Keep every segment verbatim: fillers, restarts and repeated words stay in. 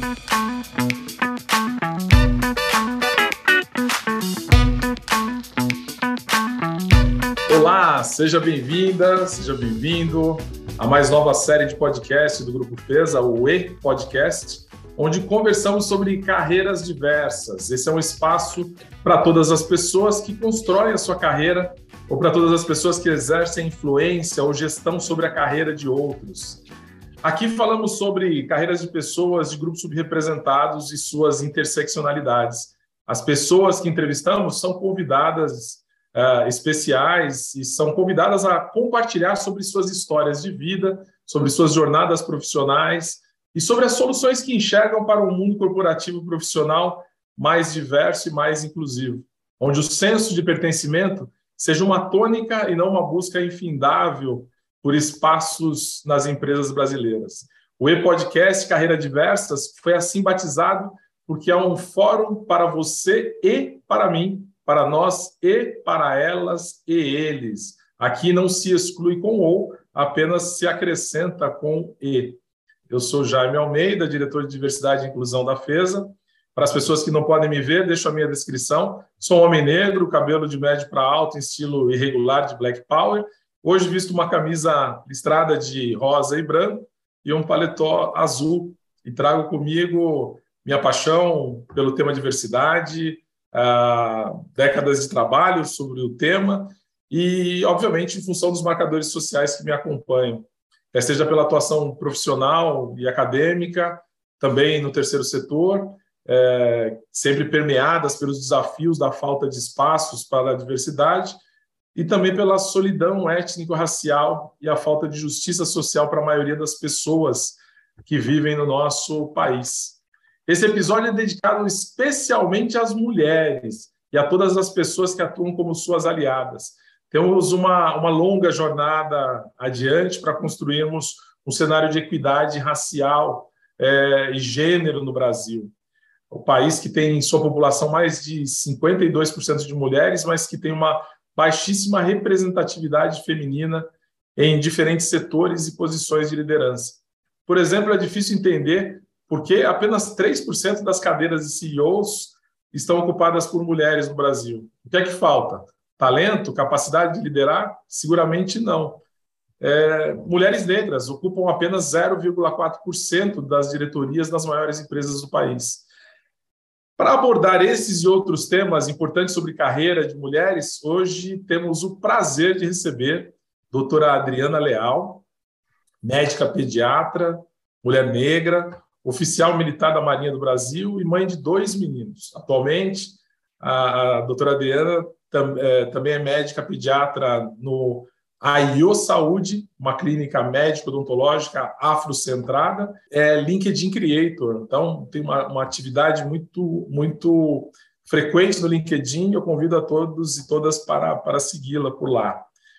Olá, seja bem-vinda, seja bem-vindo a mais nova série de podcast do Grupo Feza, o E-Podcast, onde conversamos sobre carreiras diversas. Esse é um espaço para todas as pessoas que constroem a sua carreira ou para todas as pessoas que exercem influência ou gestão sobre a carreira de outros. Aqui falamos sobre carreiras de pessoas de grupos subrepresentados e suas interseccionalidades. As pessoas que entrevistamos são convidadas uh, especiais e são convidadas a compartilhar sobre suas histórias de vida, sobre suas jornadas profissionais e sobre as soluções que enxergam para um mundo corporativo profissional mais diverso e mais inclusivo, onde o senso de pertencimento seja uma tônica e não uma busca infindável por espaços nas empresas brasileiras. O E-Podcast Carreira Diversas foi assim batizado porque é um fórum para você e para mim, para nós e para elas e eles. Aqui não se exclui com ou, apenas se acrescenta com e. Eu sou Jaime Almeida, diretor de Diversidade e Inclusão da Feza. Para as pessoas que não podem me ver, deixo a minha descrição. Sou um homem negro, cabelo de médio para alto, em estilo irregular de Black Power. Hoje visto uma camisa listrada de rosa e branco e um paletó azul. E trago comigo minha paixão pelo tema diversidade, uh, décadas de trabalho sobre o tema e, obviamente, em função dos marcadores sociais que me acompanham. Quer seja pela atuação profissional e acadêmica, também no terceiro setor, é, sempre permeadas pelos desafios da falta de espaços para a diversidade, e também pela solidão étnico-racial e a falta de justiça social para a maioria das pessoas que vivem no nosso país. Esse episódio é dedicado especialmente às mulheres e a todas as pessoas que atuam como suas aliadas. Temos uma, uma longa jornada adiante para construirmos um cenário de equidade racial é, e gênero no Brasil. O país que tem em sua população mais de cinquenta e dois por cento de mulheres, mas que tem uma baixíssima representatividade feminina em diferentes setores e posições de liderança. Por exemplo, é difícil entender por que apenas três por cento das cadeiras de C E Os estão ocupadas por mulheres no Brasil. O que é que falta? Talento? Capacidade de liderar? Seguramente não. É, mulheres negras ocupam apenas zero vírgula quatro por cento das diretorias das maiores empresas do país. Para abordar esses e outros temas importantes sobre carreira de mulheres, hoje temos o prazer de receber a doutora Adriana Leal, médica pediatra, mulher negra, oficial militar da Marinha do Brasil e mãe de dois meninos. Atualmente, a, a doutora Adriana tam, é, também é médica pediatra no A I O Saúde, uma clínica médico-odontológica afrocentrada, é LinkedIn Creator. Então, tem uma, uma atividade muito, muito frequente no LinkedIn. Eu convido a todos e todas para, para segui-la por lá.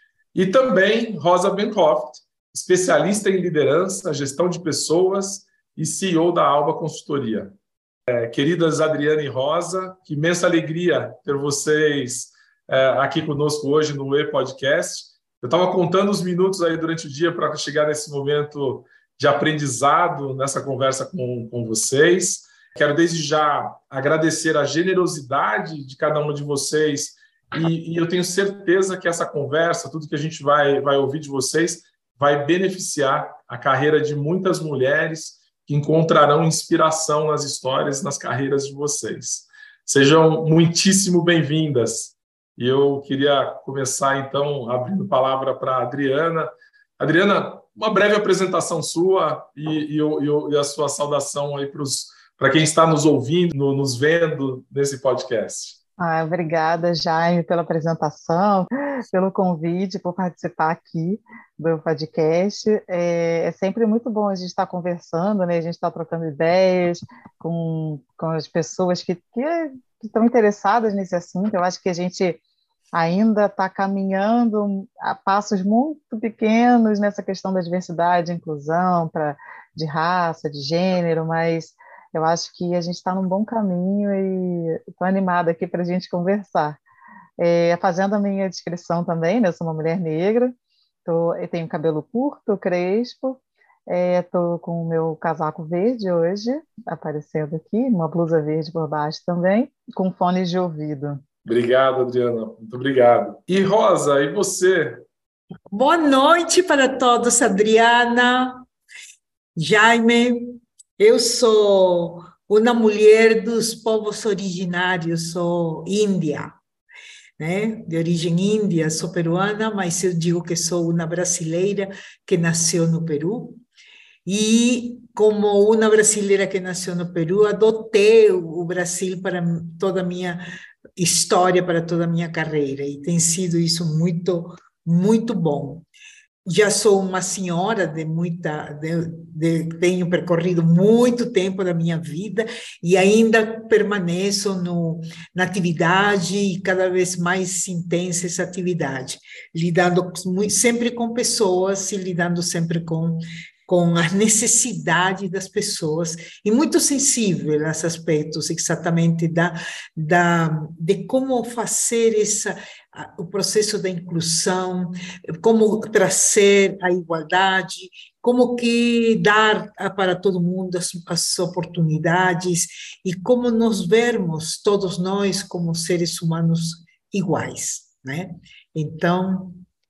E também Rosa Benhoft, especialista em liderança, gestão de pessoas e C E O da Alba Consultoria. É, queridas Adriana e Rosa, que imensa alegria ter vocês é, aqui conosco hoje no E-Podcast. Eu estava contando os minutos aí durante o dia para chegar nesse momento de aprendizado, nessa conversa com, com vocês. Quero desde já agradecer a generosidade de cada uma de vocês e, e eu tenho certeza que essa conversa, tudo que a gente vai, vai ouvir de vocês, vai beneficiar a carreira de muitas mulheres que encontrarão inspiração nas histórias, nas carreiras de vocês. Sejam muitíssimo bem-vindas. E eu queria começar, então, abrindo a palavra para a Adriana. Adriana, uma breve apresentação sua e, e, e, e a sua saudação aí para quem está nos ouvindo, nos vendo nesse podcast. Ah, obrigada, Jaime, pela apresentação, pelo convite, por participar aqui do podcast. É, é sempre muito bom a gente estar conversando, né? A gente está trocando ideias com, com as pessoas que, que, que estão interessadas nesse assunto. Eu acho que a gente ainda está caminhando a passos muito pequenos nessa questão da diversidade e inclusão, pra, de raça, de gênero, mas eu acho que a gente está num bom caminho e estou animada aqui para a gente conversar. É, fazendo a minha descrição também, né? Eu sou uma mulher negra, tô, eu tenho cabelo curto, crespo, Estou com o meu casaco verde hoje, aparecendo aqui, uma blusa verde por baixo também, com fones de ouvido. Obrigado, Adriana. Muito obrigado. E Rosa, e você? Boa noite para todos, Adriana, Jaime. Eu sou uma mulher dos povos originários, sou índia, né? De origem índia, sou peruana, mas eu digo que sou uma brasileira que nasceu no Peru. E como uma brasileira que nasceu no Peru, adotei o Brasil para toda a minha história, para toda a minha carreira. E tem sido isso muito, muito bom. Já sou uma senhora de muita, de, de, tenho percorrido muito tempo da minha vida e ainda permaneço no, na atividade e cada vez mais intensa essa atividade, lidando sempre com pessoas e lidando sempre com com as necessidades das pessoas, e muito sensível a esses aspectos exatamente da, da, de como fazer essa, o processo da inclusão, como trazer a igualdade, como que dar para todo mundo as, as oportunidades, e como nos vermos, todos nós, como seres humanos iguais, né? Então,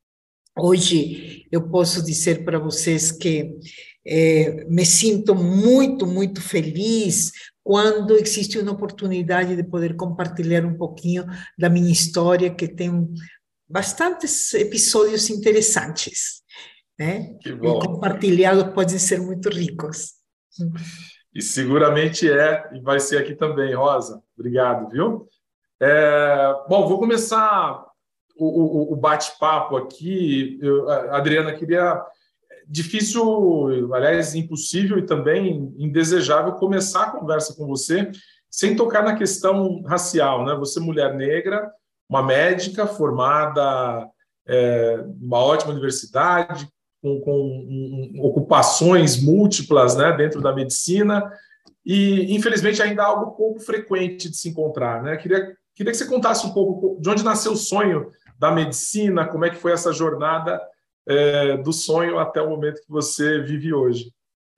hoje eu posso dizer para vocês que é, me sinto muito, muito feliz quando existe uma oportunidade de poder compartilhar um pouquinho da minha história, que tem bastantes episódios interessantes, né? Que E bom. compartilhados podem ser muito ricos. E seguramente é, e vai ser aqui também, Rosa. Obrigado, viu? É, bom, vou começar o, o, o bate-papo aqui. Eu, a Adriana, queria... Difícil, aliás, impossível e também indesejável começar a conversa com você sem tocar na questão racial, né? Você, mulher negra, uma médica formada é, uma ótima universidade, com, com um, um, ocupações múltiplas, né, dentro da medicina, e, infelizmente, ainda é algo pouco frequente de se encontrar, né? Queria, queria que você contasse um pouco de onde nasceu o sonho da medicina, como é que foi essa jornada É, do sonho até o momento que você vive hoje.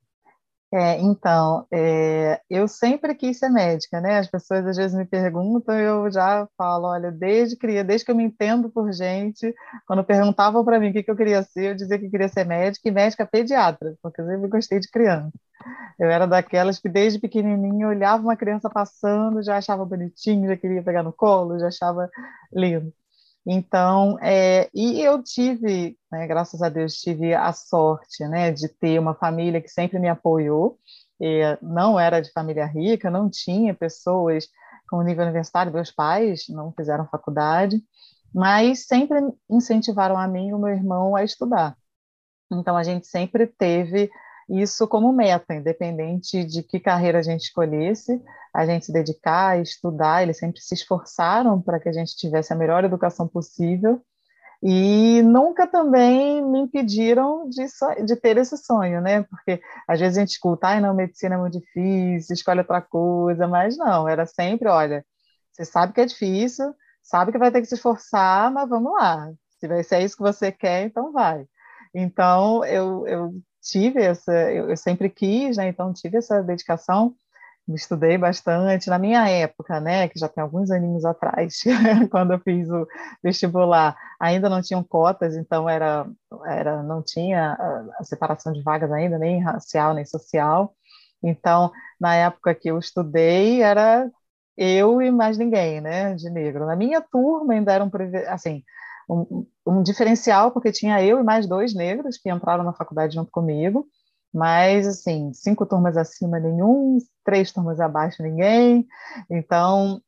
É, então, é, eu sempre quis ser médica, né? As pessoas às vezes me perguntam, eu já falo, olha, desde criança, desde que eu me entendo por gente, quando perguntavam para mim o que, que eu queria ser, eu dizia que queria ser médica e médica pediatra, porque eu sempre gostei de criança. Eu era daquelas que desde pequenininha olhava uma criança passando, já achava bonitinho, já queria pegar no colo, já achava lindo. Então, é, e eu tive, né, graças a Deus, tive a sorte, né, de ter uma família que sempre me apoiou. E não era de família rica, não tinha pessoas com nível universitário, meus pais não fizeram faculdade, mas sempre incentivaram a mim e o meu irmão a estudar. Então, a gente sempre teve isso como meta, independente de que carreira a gente escolhesse, a gente se dedicar a estudar, eles sempre se esforçaram para que a gente tivesse a melhor educação possível e nunca também me impediram de, so- de ter esse sonho, né? Porque às vezes a gente escuta, ai, não, medicina é muito difícil, escolhe outra coisa, mas não, era sempre, olha, você sabe que é difícil, sabe que vai ter que se esforçar, mas vamos lá, se vai ser isso que você quer, então vai. Então, eu, eu tive essa, eu, eu sempre quis, né? Então, tive essa dedicação, estudei bastante. Na minha época, né, que já tem alguns aninhos atrás, quando eu fiz o vestibular, ainda não tinham cotas, então era, era, não tinha a, a separação de vagas ainda, nem racial, nem social. Então, na época que eu estudei, era eu e mais ninguém, né, de negro. Na minha turma ainda era um, privi- assim, um, um diferencial, porque tinha eu e mais dois negros que entraram na faculdade junto comigo, mas, assim, cinco turmas acima nenhum, três turmas abaixo ninguém. Então,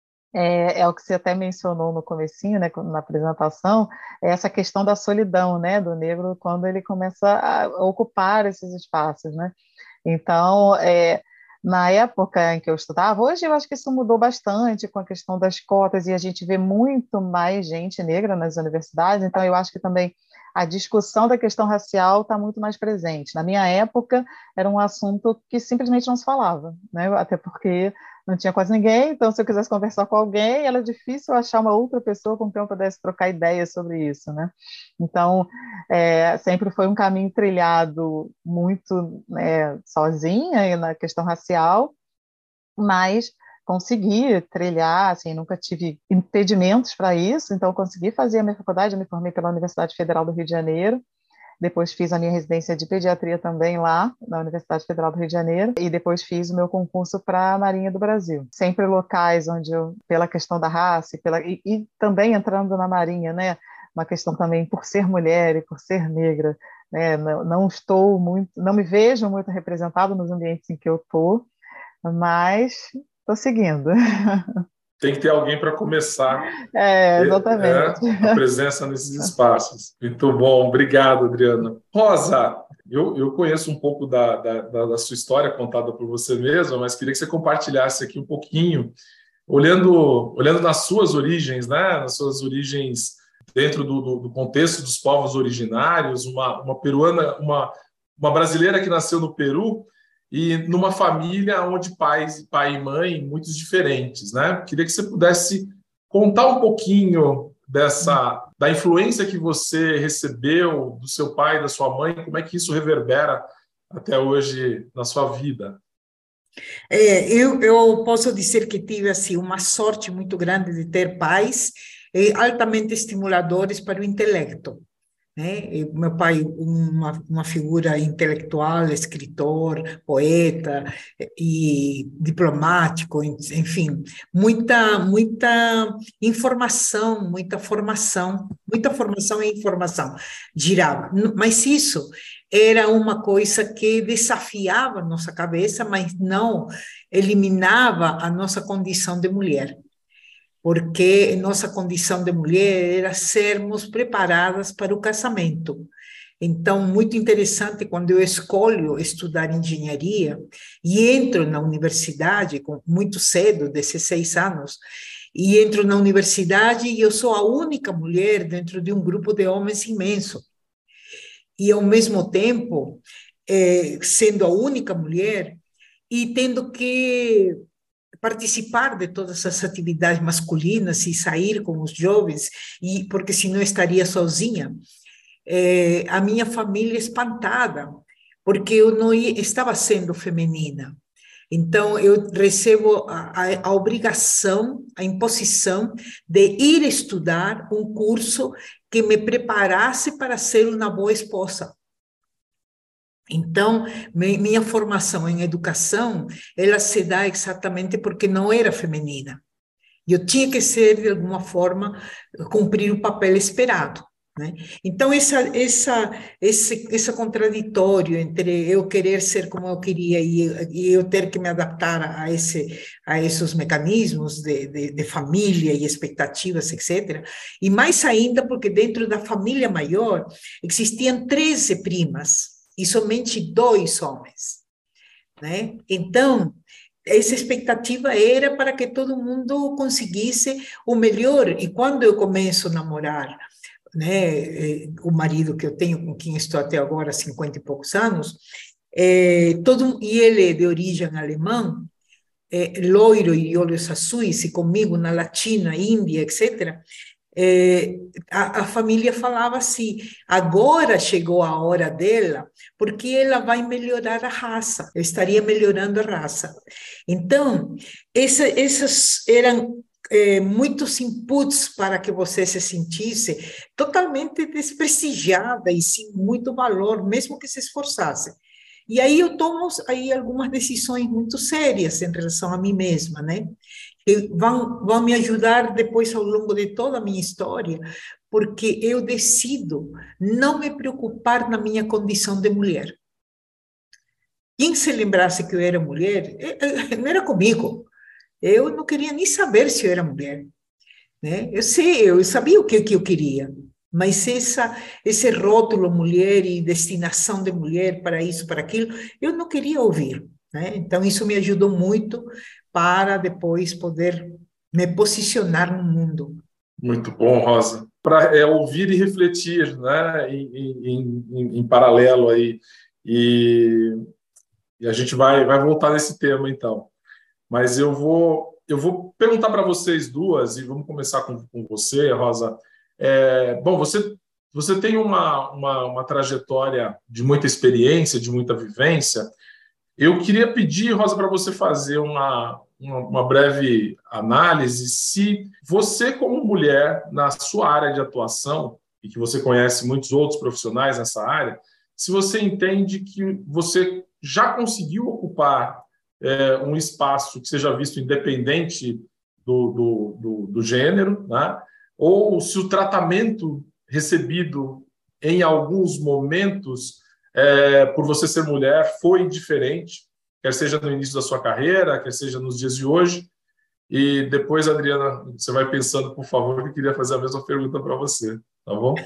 é, é o que você até mencionou no comecinho, né, na apresentação, é essa questão da solidão, né, do negro quando ele começa a ocupar esses espaços, né? Então, é, na época em que eu estudava, hoje eu acho que isso mudou bastante com a questão das cotas e a gente vê muito mais gente negra nas universidades, então eu acho que também a discussão da questão racial está muito mais presente. Na minha época, era um assunto que simplesmente não se falava, né? Até porque não tinha quase ninguém, então se eu quisesse conversar com alguém, era difícil achar uma outra pessoa com quem eu pudesse trocar ideias sobre isso, né? Então, é, sempre foi um caminho trilhado muito, né, sozinha na questão racial, mas consegui trilhar, assim, nunca tive impedimentos para isso, então consegui fazer a minha faculdade, eu me formei pela Universidade Federal do Rio de Janeiro, depois fiz a minha residência de pediatria também lá, na Universidade Federal do Rio de Janeiro, e depois fiz o meu concurso para a Marinha do Brasil. Sempre locais onde eu, pela questão da raça, e, pela, e, e também entrando na Marinha, né, uma questão também por ser mulher e por ser negra, né, não, não estou muito, não me vejo muito representado nos ambientes em que eu estou, mas estou seguindo. Tem que ter alguém para começar é, exatamente. É, a presença nesses espaços. Muito bom, obrigado, Adriana. Rosa, eu, eu conheço um pouco da, da, da sua história contada por você mesma, mas queria que você compartilhasse aqui um pouquinho, olhando, olhando nas suas origens, né? Nas suas origens dentro do, do, do contexto dos povos originários, uma, uma peruana, uma, uma brasileira que nasceu no Peru, e numa família onde pais, pai e mãe muitos diferentes, né? Queria que você pudesse contar um pouquinho dessa da influência que você recebeu do seu pai, da sua mãe, como é que isso reverbera até hoje na sua vida. É, eu, eu posso dizer que tive assim uma sorte muito grande de ter pais eh, altamente estimuladores para o intelecto. Né? E meu pai, uma, uma figura intelectual, escritor, poeta e diplomático, enfim, muita, muita informação, muita formação, muita formação e informação girava. Mas isso era uma coisa que desafiava a nossa cabeça, mas não eliminava a nossa condição de mulher. Porque nossa condição de mulher era sermos preparadas para o casamento. Então, muito interessante quando eu escolho estudar engenharia e entro na universidade com muito cedo, dezesseis anos, e entro na universidade e eu sou a única mulher dentro de um grupo de homens imenso. E, ao mesmo tempo, eh, sendo a única mulher e tendo que participar de todas as atividades masculinas e sair com os jovens, e porque senão estaria sozinha. É, a minha família espantada, porque eu não ia, estava sendo feminina. Então, eu recebo a, a, a obrigação, a imposição de ir estudar um curso que me preparasse para ser uma boa esposa. Então, minha formação em educação, ela se dá exatamente porque não era feminina. Eu tinha que ser, de alguma forma, cumprir o papel esperado. Né? Então, essa, essa, esse, esse contraditório entre eu querer ser como eu queria e, e eu ter que me adaptar a, esse, a esses mecanismos de, de, de família e expectativas, etcétera. E mais ainda porque dentro da família maior existiam treze primas, e somente dois homens, né? Então, essa expectativa era para que todo mundo conseguisse o melhor. E quando eu começo a namorar, né, o marido que eu tenho, com quem estou até agora, cinquenta e poucos anos, é, todo, e ele é de origem alemã, é, loiro e olhos azuis, e comigo na Latina, Índia, etcétera, É, a, a família falava assim, agora chegou a hora dela, porque ela vai melhorar a raça, eu estaria melhorando a raça. Então, essa, esses eram é, muitos inputs para que você se sentisse totalmente desprestigiada e sem muito valor, mesmo que se esforçasse. E aí eu tomo aí algumas decisões muito sérias em relação a mim mesma, né? Que vão, vão me ajudar depois ao longo de toda a minha história, porque eu decido não me preocupar na minha condição de mulher. Quem se lembrasse que eu era mulher, não era comigo. Eu não queria nem saber se eu era mulher. Né? Eu sei, eu sabia o que, que eu queria, mas essa, esse rótulo mulher e destinação de mulher para isso, para aquilo, eu não queria ouvir. Né? Então, isso me ajudou muito para depois poder me posicionar no mundo. Muito bom, Rosa. Para é, ouvir e refletir, né, em, em, em, em paralelo aí. E, e a gente vai, vai voltar nesse tema, então. Mas eu vou, eu vou perguntar para vocês duas, e vamos começar com, com você, Rosa. É, bom, você, você tem uma, uma, uma trajetória de muita experiência, de muita vivência. Eu queria pedir, Rosa, para você fazer uma, uma, uma breve análise se você, como mulher, na sua área de atuação, e que você conhece muitos outros profissionais nessa área, se você entende que você já conseguiu ocupar é, um espaço que seja visto independente do, do, do, do gênero, né? Ou se o tratamento recebido em alguns momentos, é, por você ser mulher, foi diferente, quer seja no início da sua carreira, quer seja nos dias de hoje. E depois, Adriana, você vai pensando, por favor, que eu queria fazer a mesma pergunta para você, tá bom?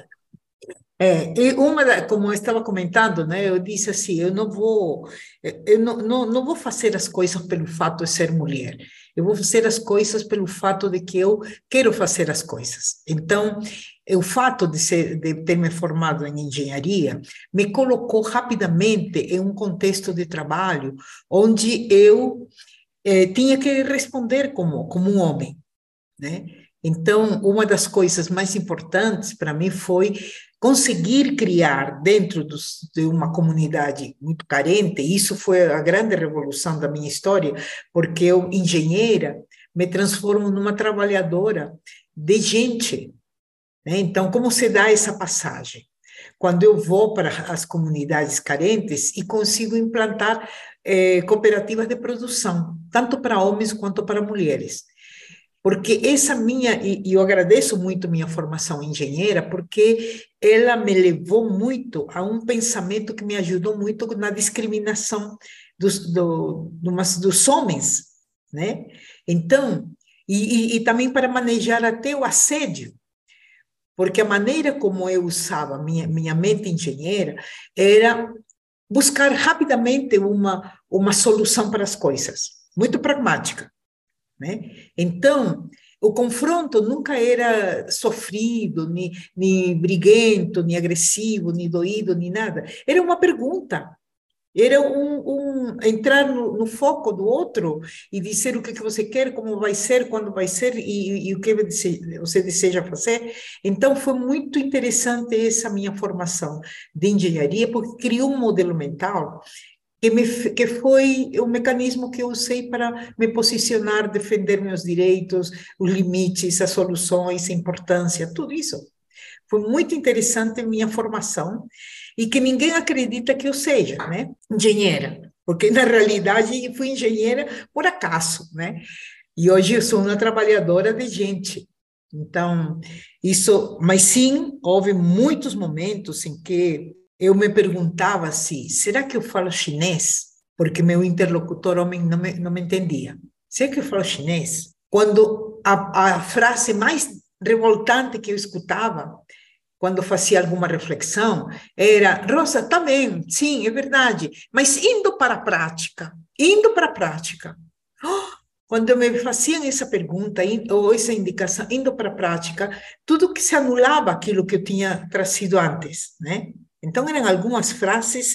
É, e uma da, como eu estava comentando, né, eu disse assim, eu não vou, eu não, não, não vou fazer as coisas pelo fato de ser mulher, eu vou fazer as coisas pelo fato de que eu quero fazer as coisas. Então, o fato de, ser, de ter me formado em engenharia me colocou rapidamente em um contexto de trabalho onde eu eh, tinha que responder como, como um homem, né? Então, uma das coisas mais importantes para mim foi conseguir criar dentro dos, de uma comunidade muito carente. Isso foi a grande revolução da minha história, porque eu, engenheira, me transformo numa trabalhadora de gente, né? Então, como se dá essa passagem? Quando eu vou para as comunidades carentes e consigo implantar eh, cooperativas de produção, tanto para homens quanto para mulheres. Porque essa minha, e eu agradeço muito minha formação engenheira, porque ela me levou muito a um pensamento que me ajudou muito na discriminação dos, do, dos homens, né? Então, e, e, e também para manejar até o assédio, porque a maneira como eu usava minha, minha mente engenheira era buscar rapidamente uma, uma solução para as coisas, muito pragmática, né? Então, o confronto nunca era sofrido, nem, nem briguento, nem agressivo, nem doído, nem nada. Era uma pergunta. Era um, um entrar no, no foco do outro e dizer o que, que você quer, como vai ser, quando vai ser e, e o que você deseja fazer. Então, foi muito interessante essa minha formação de engenharia, porque criou um modelo mental que, me, que foi o mecanismo que eu usei para me posicionar, defender meus direitos, os limites, as soluções, a importância, tudo isso. Foi muito interessante a minha formação e que ninguém acredita que eu seja, né, engenheira, porque na realidade fui engenheira por acaso, né? E hoje eu sou uma trabalhadora de gente. Então, isso, mas sim, houve muitos momentos em que eu me perguntava assim, será que eu falo chinês? Porque meu interlocutor homem não me, não me entendia. Será que eu falo chinês? Quando a, a frase mais revoltante que eu escutava, quando fazia alguma reflexão, era, Rosa, tá bem, sim, é verdade, mas indo para a prática, indo para a prática. Oh, quando me faziam essa pergunta, ou essa indicação, indo para a prática, tudo que se anulava aquilo que eu tinha trazido antes, né? Então, eram algumas frases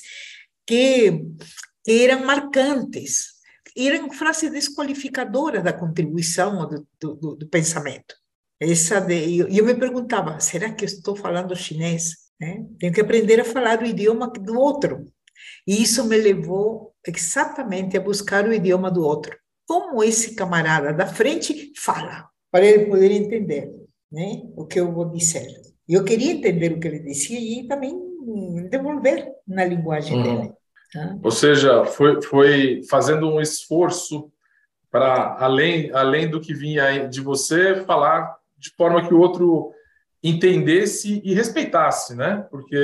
que, que eram marcantes, eram frases desqualificadoras da contribuição do, do, do pensamento. Essa de, eu, eu me perguntava, será que eu estou falando chinês? Né? Tenho que aprender a falar o idioma do outro. E isso me levou exatamente a buscar o idioma do outro. Como esse camarada da frente fala, para ele poder entender, né, o que eu vou dizer. Eu queria entender o que ele dizia e também devolver na linguagem uhum. dele. Tá? Ou seja, foi, foi fazendo um esforço para, além, além do que vinha de você, falar de forma que o outro entendesse e respeitasse, né? Porque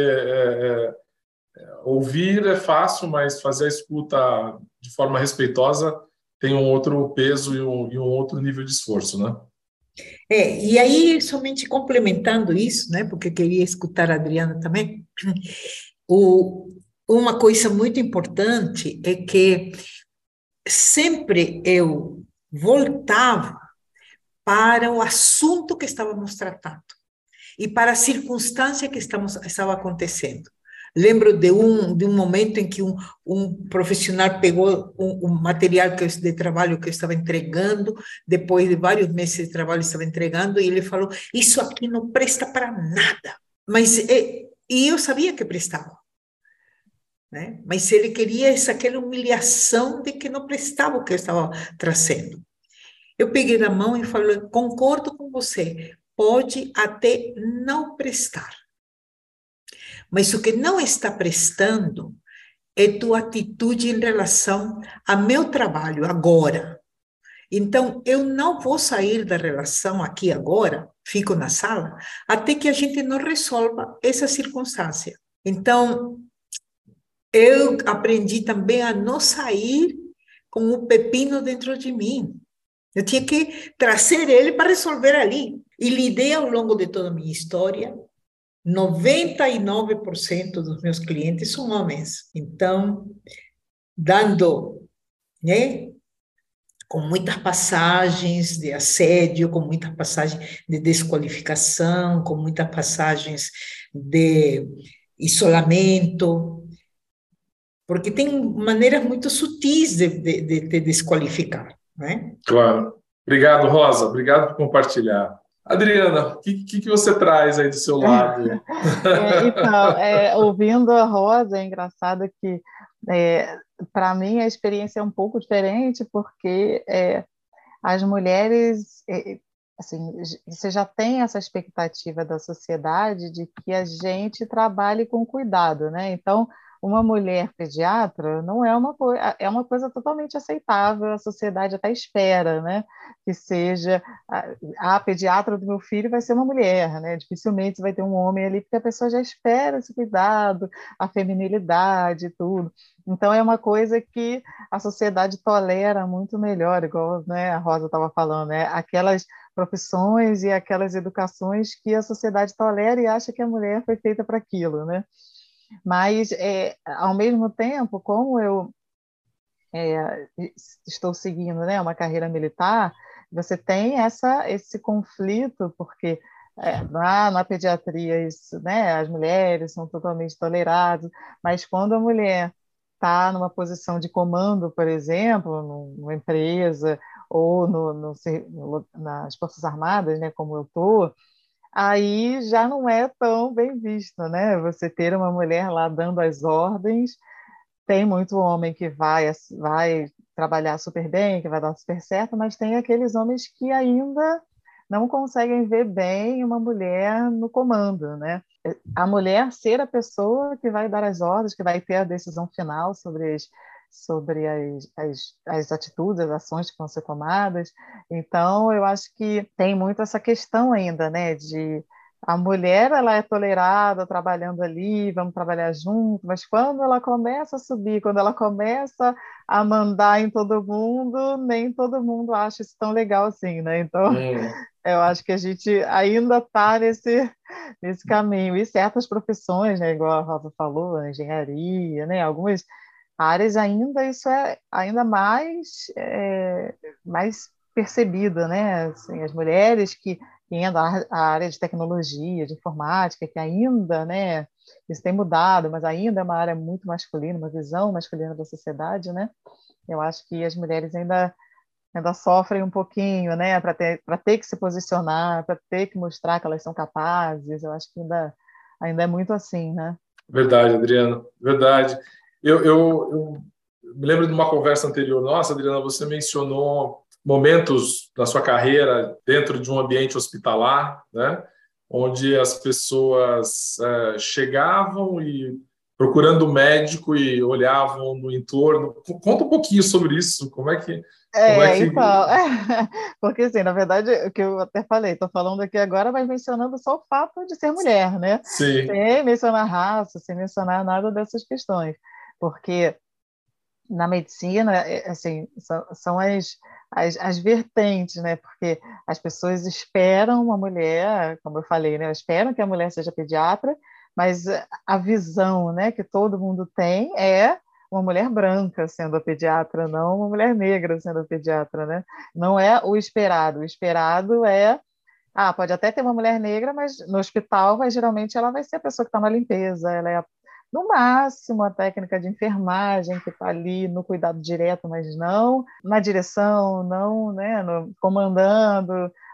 é, é, ouvir é fácil, mas fazer a escuta de forma respeitosa tem um outro peso e um, e um outro nível de esforço, né? É, e aí, somente complementando isso, né, porque eu queria escutar a Adriana também, o, uma coisa muito importante é que sempre eu voltava para o assunto que estávamos tratando e para a circunstância que estamos, estava acontecendo. Lembro de um, de um momento em que um, um profissional pegou um, um material que eu, de trabalho que eu estava entregando, depois de vários meses de trabalho estava entregando, e ele falou, isso aqui não presta para nada. Mas, e, e eu sabia que prestava, né? Mas ele queria essa, aquela humilhação de que não prestava o que eu estava trazendo. Eu peguei na mão e falei, concordo com você, pode até não prestar. Mas o que não está prestando é tua atitude em relação ao meu trabalho agora. Então, eu não vou sair da relação aqui agora, fico na sala, até que a gente não resolva essa circunstância. Então, eu aprendi também a não sair com o pepino dentro de mim. Eu tinha que trazer ele para resolver ali. E lidei ao longo de toda a minha história. noventa e nove por cento dos meus clientes são homens. Então, dando, né, com muitas passagens de assédio, com muitas passagens de desqualificação, com muitas passagens de isolamento, porque tem maneiras muito sutis de, de, de te desqualificar, né? Claro. Obrigado, Rosa. Obrigado por compartilhar. Adriana, o que, que, que você traz aí do seu lado? É, então, é, ouvindo a Rosa, é engraçado que, é, para mim, a experiência é um pouco diferente, porque é, as mulheres, é, assim, você já tem essa expectativa da sociedade de que a gente trabalhe com cuidado, né? Então, uma mulher pediatra não é uma coisa, é uma coisa totalmente aceitável, a sociedade até espera, né? Que seja a, a pediatra do meu filho vai ser uma mulher, né? Dificilmente vai ter um homem ali, porque a pessoa já espera esse cuidado, a feminilidade e tudo. Então é uma coisa que a sociedade tolera muito melhor, igual, né, a Rosa estava falando, né? Aquelas profissões e aquelas educações que a sociedade tolera e acha que a mulher foi feita para aquilo, né? Mas, é, ao mesmo tempo, como eu é, estou seguindo, né, uma carreira militar, você tem essa, esse conflito, porque é, na, na pediatria isso, né, as mulheres são totalmente toleradas, mas quando a mulher está numa posição de comando, por exemplo, numa empresa ou no, no, no, nas Forças Armadas, né, como eu estou, aí já não é tão bem visto, né? Você ter uma mulher lá dando as ordens, tem muito homem que vai, vai trabalhar super bem, que vai dar super certo, mas tem aqueles homens que ainda não conseguem ver bem uma mulher no comando, né? A mulher ser a pessoa que vai dar as ordens, que vai ter a decisão final sobre as, sobre as, as, as atitudes, as ações que vão ser tomadas. Então, eu acho que tem muito essa questão ainda, né, de a mulher, ela é tolerada trabalhando ali, vamos trabalhar junto, mas quando ela começa a subir, quando ela começa a mandar em todo mundo, nem todo mundo acha isso tão legal assim, né? Então, hum. eu acho que a gente ainda está nesse, nesse caminho. E certas profissões, né, igual a Rosa falou, a engenharia, né, algumas áreas ainda isso é ainda mais, é, mais percebido, né? Assim, as mulheres que entram a área de tecnologia, de informática, que ainda, né, isso tem mudado, mas ainda é uma área muito masculina, uma visão masculina da sociedade, né? Eu acho que as mulheres ainda ainda sofrem um pouquinho, né, para ter para ter que se posicionar, para ter que mostrar que elas são capazes. Eu acho que ainda ainda é muito assim, né? Verdade, Adriana, verdade. Eu, eu, eu me lembro de uma conversa anterior nossa, Adriana, você mencionou momentos da sua carreira dentro de um ambiente hospitalar, né, onde as pessoas é, chegavam e procurando médico e olhavam no entorno. Conta um pouquinho sobre isso. Como é que como é É, que então, é, porque assim, na verdade, o que eu até falei, estou falando aqui agora, mas mencionando só o fato de ser mulher, né? Sim. Sem mencionar raça, sem mencionar nada dessas questões, porque na medicina, assim, são, são as, as, as vertentes, né? Porque as pessoas esperam uma mulher, como eu falei, né? Esperam que a mulher seja pediatra, mas a visão, né, que todo mundo tem é uma mulher branca sendo a pediatra, não uma mulher negra sendo a pediatra, né? Não é o esperado. O esperado é, ah, pode até ter uma mulher negra, mas no hospital, vai, geralmente, ela vai ser a pessoa que está na limpeza, ela é, a, no máximo, a técnica de enfermagem que está ali no cuidado direto, mas não na direção, não, né, no, comandando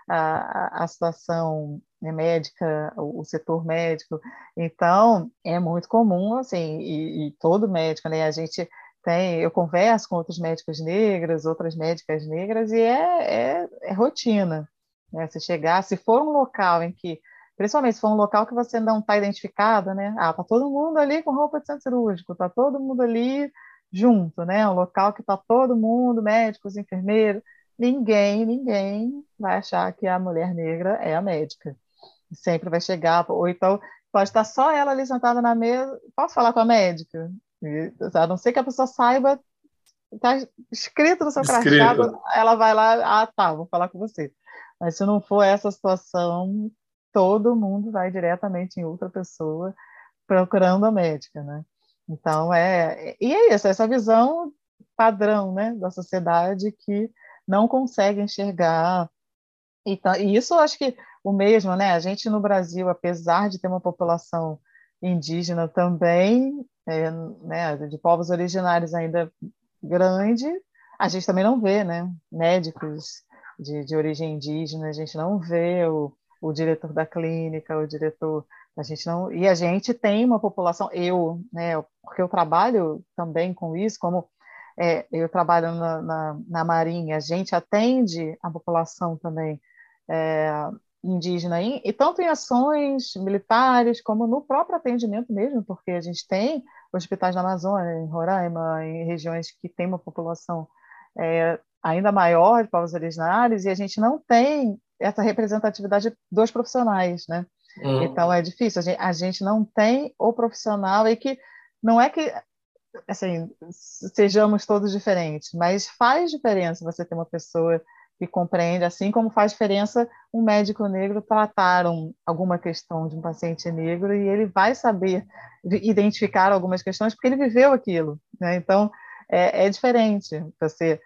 a, a situação, né, médica, o, o setor médico. Então, é muito comum, assim, e, e todo médico, né, a gente tem, eu converso com outros médicos negros, outras médicas negras, e é, é, é rotina, né, se chegar, se for um local em que, principalmente se for um local que você não está identificado, né, ah, tá todo mundo ali com roupa de centro cirúrgico, tá todo mundo ali junto, né, um local que tá todo mundo, médicos, enfermeiros, ninguém, ninguém vai achar que a mulher negra é a médica. Sempre vai chegar, ou então pode estar só ela ali sentada na mesa, posso falar com a médica? E, a não ser que a pessoa saiba, está escrito no seu crachá, Escrita. ela vai lá, ah, tá, vou falar com você. Mas se não for essa situação, todo mundo vai diretamente em outra pessoa procurando a médica, né? Então, é... E é isso, essa visão padrão, né, da sociedade que não consegue enxergar. Então, e isso eu acho que o mesmo, né? A gente no Brasil, apesar de ter uma população indígena também, é, né, de povos originários ainda grande, a gente também não vê, né? Médicos de, de origem indígena, a gente não vê o, o diretor da clínica, o diretor, a gente não, e a gente tem uma população, eu, né? Porque eu trabalho também com isso, como é, eu trabalho na, na, na Marinha, a gente atende a população também é, indígena, em, e tanto em ações militares, como no próprio atendimento mesmo, porque a gente tem hospitais na Amazônia, em Roraima, em regiões que tem uma população é, ainda maior de povos originários, e a gente não tem essa representatividade dos profissionais, né? Hum. Então é difícil, a gente, a gente não tem o profissional, e que não é que assim, sejamos todos diferentes, mas faz diferença você ter uma pessoa que compreende, assim como faz diferença um médico negro tratar um, alguma questão de um paciente negro, e ele vai saber identificar algumas questões porque ele viveu aquilo, né? Então, é, é diferente você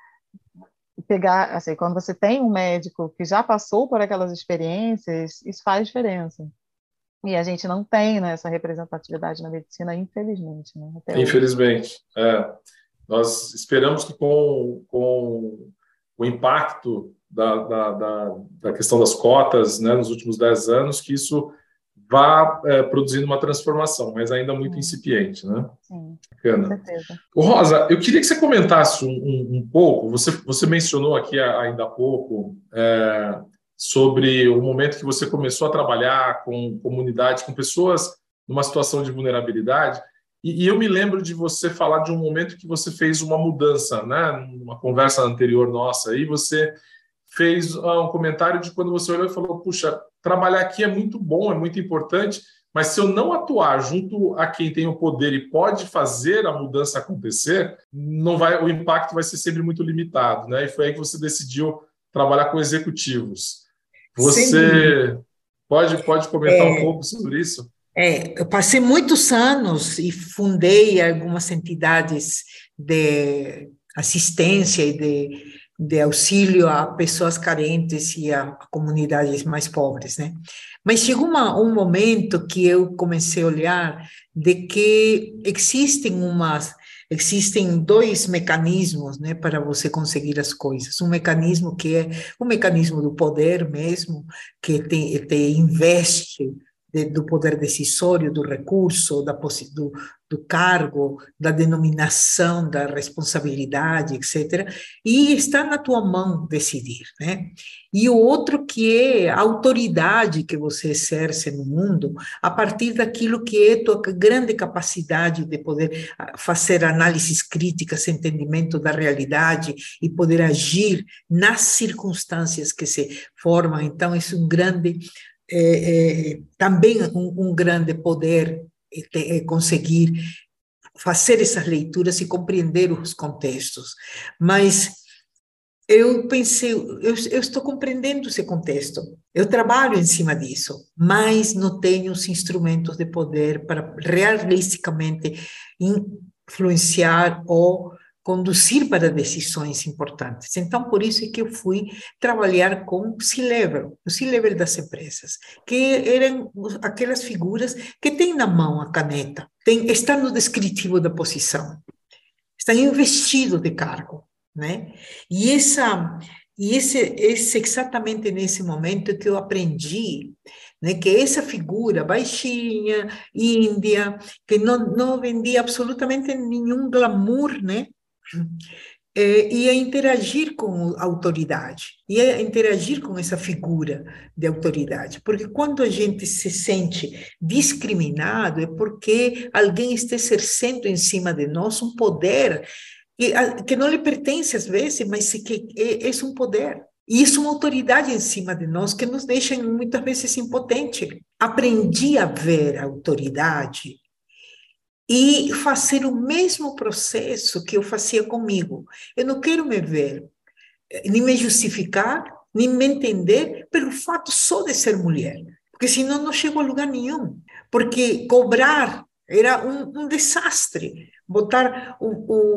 pegar, assim, quando você tem um médico que já passou por aquelas experiências, isso faz diferença. E a gente não tem, né, essa representatividade na medicina, infelizmente, né, até hoje. Infelizmente. É. Nós esperamos que com, com o impacto da, da, da, da questão das cotas, né, nos últimos dez anos, que isso vá é, produzindo uma transformação, mas ainda muito Sim. incipiente, né? Sim, Bacana. com certeza. Rosa, eu queria que você comentasse um, um, um pouco, você, você mencionou aqui ainda há pouco é, sobre o momento que você começou a trabalhar com comunidades, com pessoas numa situação de vulnerabilidade, e, e eu me lembro de você falar de um momento que você fez uma mudança, né? Numa conversa anterior nossa, aí você fez um comentário de quando você olhou e falou, puxa, trabalhar aqui é muito bom, é muito importante, mas se eu não atuar junto a quem tem o poder e pode fazer a mudança acontecer, não vai, o impacto vai ser sempre muito limitado, né? E foi aí que você decidiu trabalhar com executivos. Você pode, pode comentar é, um pouco sobre isso? É, eu passei muitos anos e fundei algumas entidades de assistência e de, de auxílio a pessoas carentes e a, a comunidades mais pobres, né? Mas chegou uma, um momento que eu comecei a olhar de que existem umas Existem dois mecanismos, né, para você conseguir as coisas. Um mecanismo que é o mecanismo do poder mesmo, que te, te investe de, do poder decisório, do recurso, da, do, do cargo, da denominação, da responsabilidade, etcétera. E está na tua mão decidir, né? E o outro que é a autoridade que você exerce no mundo a partir daquilo que é tua grande capacidade de poder fazer análises críticas, entendimento da realidade e poder agir nas circunstâncias que se formam. Então, isso é um grande, é, é, também um, um grande poder é, é conseguir fazer essas leituras e compreender os contextos. Mas eu pensei, eu, eu estou compreendendo esse contexto, eu trabalho em cima disso, mas não tenho os instrumentos de poder para realisticamente in, influenciar ou conduzir para decisões importantes. Então, por isso é que eu fui trabalhar com o C-Level, o C-Level das empresas, que eram aquelas figuras que têm na mão a caneta, tem, está no descritivo da posição, estão investidos de cargo, né? E, essa, e esse, esse exatamente nesse momento que eu aprendi, né, que essa figura baixinha, índia, que não, não vendia absolutamente nenhum glamour, né? É, ia interagir com a autoridade, ia interagir com essa figura de autoridade, porque quando a gente se sente discriminado é porque alguém está exercendo em cima de nós um poder que, que não lhe pertence às vezes, mas que é, é um poder. E isso é uma autoridade em cima de nós que nos deixa muitas vezes impotentes. Aprendi a ver a autoridade e fazer o mesmo processo que eu fazia comigo. Eu não quero me ver, nem me justificar, nem me entender pelo fato só de ser mulher, porque senão não chego a lugar nenhum. Porque cobrar era um, um desastre, botar o,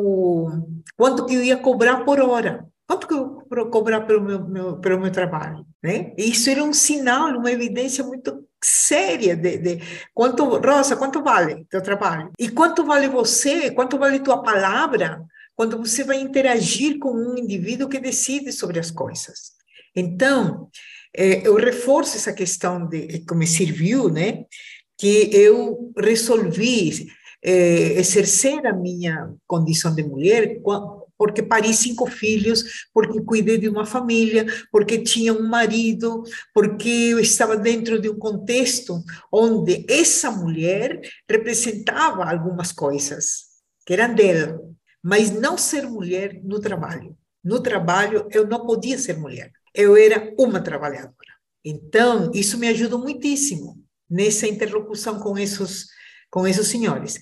o quanto que eu ia cobrar por hora, quanto que eu ia cobrar pelo meu, meu, pelo meu trabalho, né? Isso era um sinal, uma evidência muito séria de, de quanto, Rosa, quanto vale teu trabalho? E quanto vale você? Quanto vale tua palavra quando você vai interagir com um indivíduo que decide sobre as coisas? Então, eh, eu reforço essa questão de que me serviu, né? Que eu resolvi eh, exercer a minha condição de mulher porque pari cinco filhos, porque cuidei de uma família, porque tinha um marido, porque eu estava dentro de um contexto onde essa mulher representava algumas coisas que eram dela, mas não ser mulher no trabalho. No trabalho, eu não podia ser mulher. Eu era uma trabalhadora. Então, isso me ajudou muitíssimo nessa interlocução com esses, com esses senhores.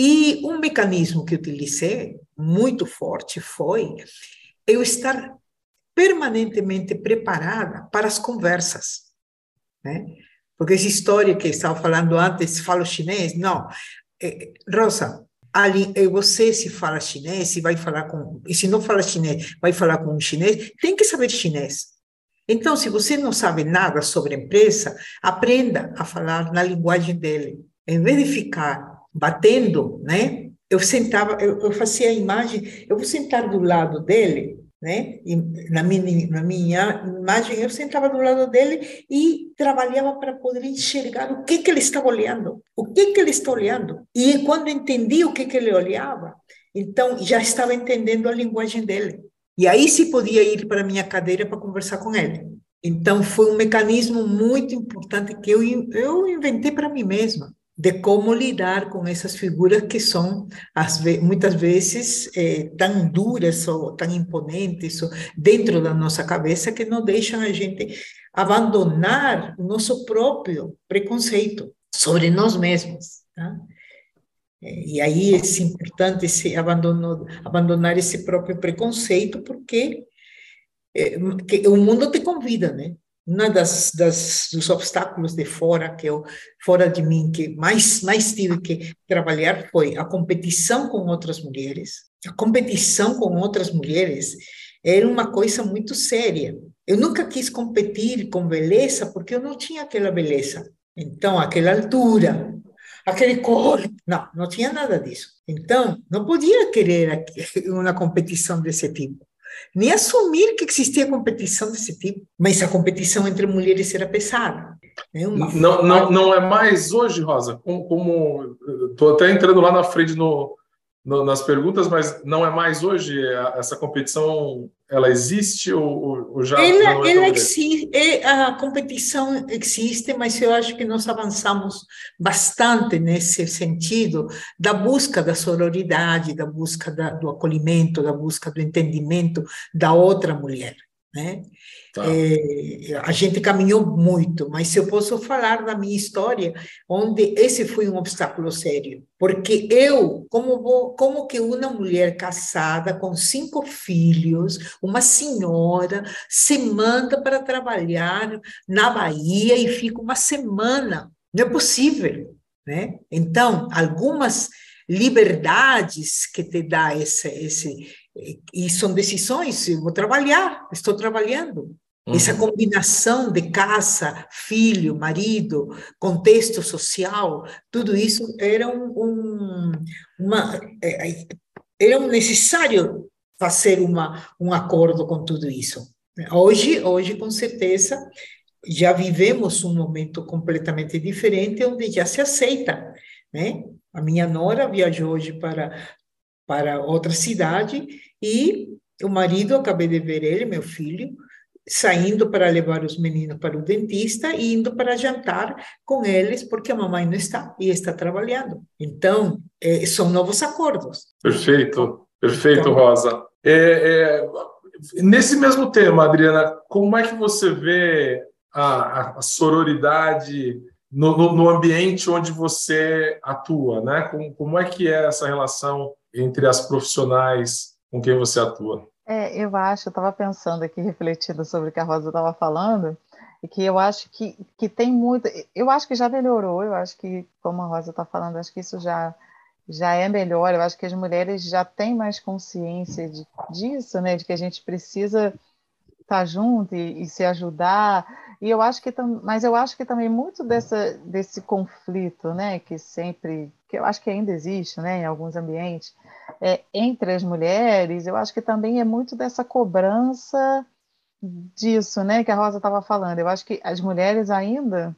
E um mecanismo que utilizei, muito forte, foi eu estar permanentemente preparada para as conversas, né? Porque essa história que eu estava falando antes, falo chinês, não. É, Rosa, ali, você se fala chinês, se vai falar com... E se não fala chinês, vai falar com um chinês, tem que saber chinês. Então, se você não sabe nada sobre a empresa, aprenda a falar na linguagem dele. Em vez de ficar batendo, né? Eu sentava, eu, eu fazia a imagem, eu vou sentar do lado dele, né? E na minha, na minha imagem, eu sentava do lado dele e trabalhava para poder enxergar o que que ele estava olhando, o que que ele está olhando. E quando entendi o que que ele olhava, então já estava entendendo a linguagem dele. E aí se podia ir para a minha cadeira para conversar com ele. Então foi um mecanismo muito importante que eu, eu inventei para mim mesma, de como lidar com essas figuras que são, às ve- muitas vezes, eh, tão duras ou tão imponentes ou dentro da nossa cabeça que não deixam a gente abandonar o nosso próprio preconceito sobre nós mesmos. Tá? E aí é importante esse abandono, abandonar esse próprio preconceito, porque é, que o mundo te convida, né? Uma das, das dos obstáculos de fora que eu fora de mim que mais mais tive que trabalhar foi a competição com outras mulheres. A competição com outras mulheres era uma coisa muito séria. Eu nunca quis competir com beleza porque eu não tinha aquela beleza. Então, aquela altura, aquele corpo, não, não tinha nada disso. Então, não podia querer uma competição desse tipo. Nem assumir que existia competição desse tipo, mas a competição entre mulheres era pesada. Né? Uma não, não, não é mais hoje, Rosa, como, como estou até entrando lá na frente no, no, nas perguntas, mas não é mais hoje essa competição, ela existe ou, ou já, ela, já não é ela tão existe, a competição existe, mas eu acho que nós avançamos bastante nesse sentido da busca da sororidade, da busca da, do acolhimento, da busca do entendimento da outra mulher, né? Tá. É, a gente caminhou muito, mas se eu posso falar da minha história, onde esse foi um obstáculo sério, porque eu, como, vou, como que uma mulher casada com cinco filhos, uma senhora, se manda para trabalhar na Bahia e fica uma semana, não é possível, né? Então, algumas liberdades que te dá esse, esse, e são decisões, eu vou trabalhar, estou trabalhando. Uhum. Essa combinação de casa, filho, marido, contexto social, tudo isso era um, um, uma, era necessário fazer uma, um acordo com tudo isso. Hoje, hoje, com certeza, já vivemos um momento completamente diferente, onde já se aceita, né? A minha nora viajou hoje para, para outra cidade e o marido, acabei de ver ele, meu filho, saindo para levar os meninos para o dentista e indo para jantar com eles, porque a mamãe não está e está trabalhando. Então, é, são novos acordos. Perfeito, perfeito, então, Rosa. É, é, nesse mesmo tema, Adriana, como é que você vê a, a sororidade no, no, no ambiente onde você atua, né? Como, como é que é essa relação entre as profissionais com quem você atua? É, eu acho, eu estava pensando aqui, refletindo sobre o que a Rosa estava falando, e que eu acho que, que tem muito, eu acho que já melhorou, eu acho que, como a Rosa está falando, acho que isso já, já é melhor, eu acho que as mulheres já têm mais consciência de, disso, né, de que a gente precisa estar junto e, e se ajudar, e eu acho que, mas eu acho que também muito dessa, desse conflito, né, que sempre, que eu acho que ainda existe, né, em alguns ambientes, é, entre as mulheres, eu acho que também é muito dessa cobrança disso, né, que a Rosa estava falando. Eu acho que as mulheres ainda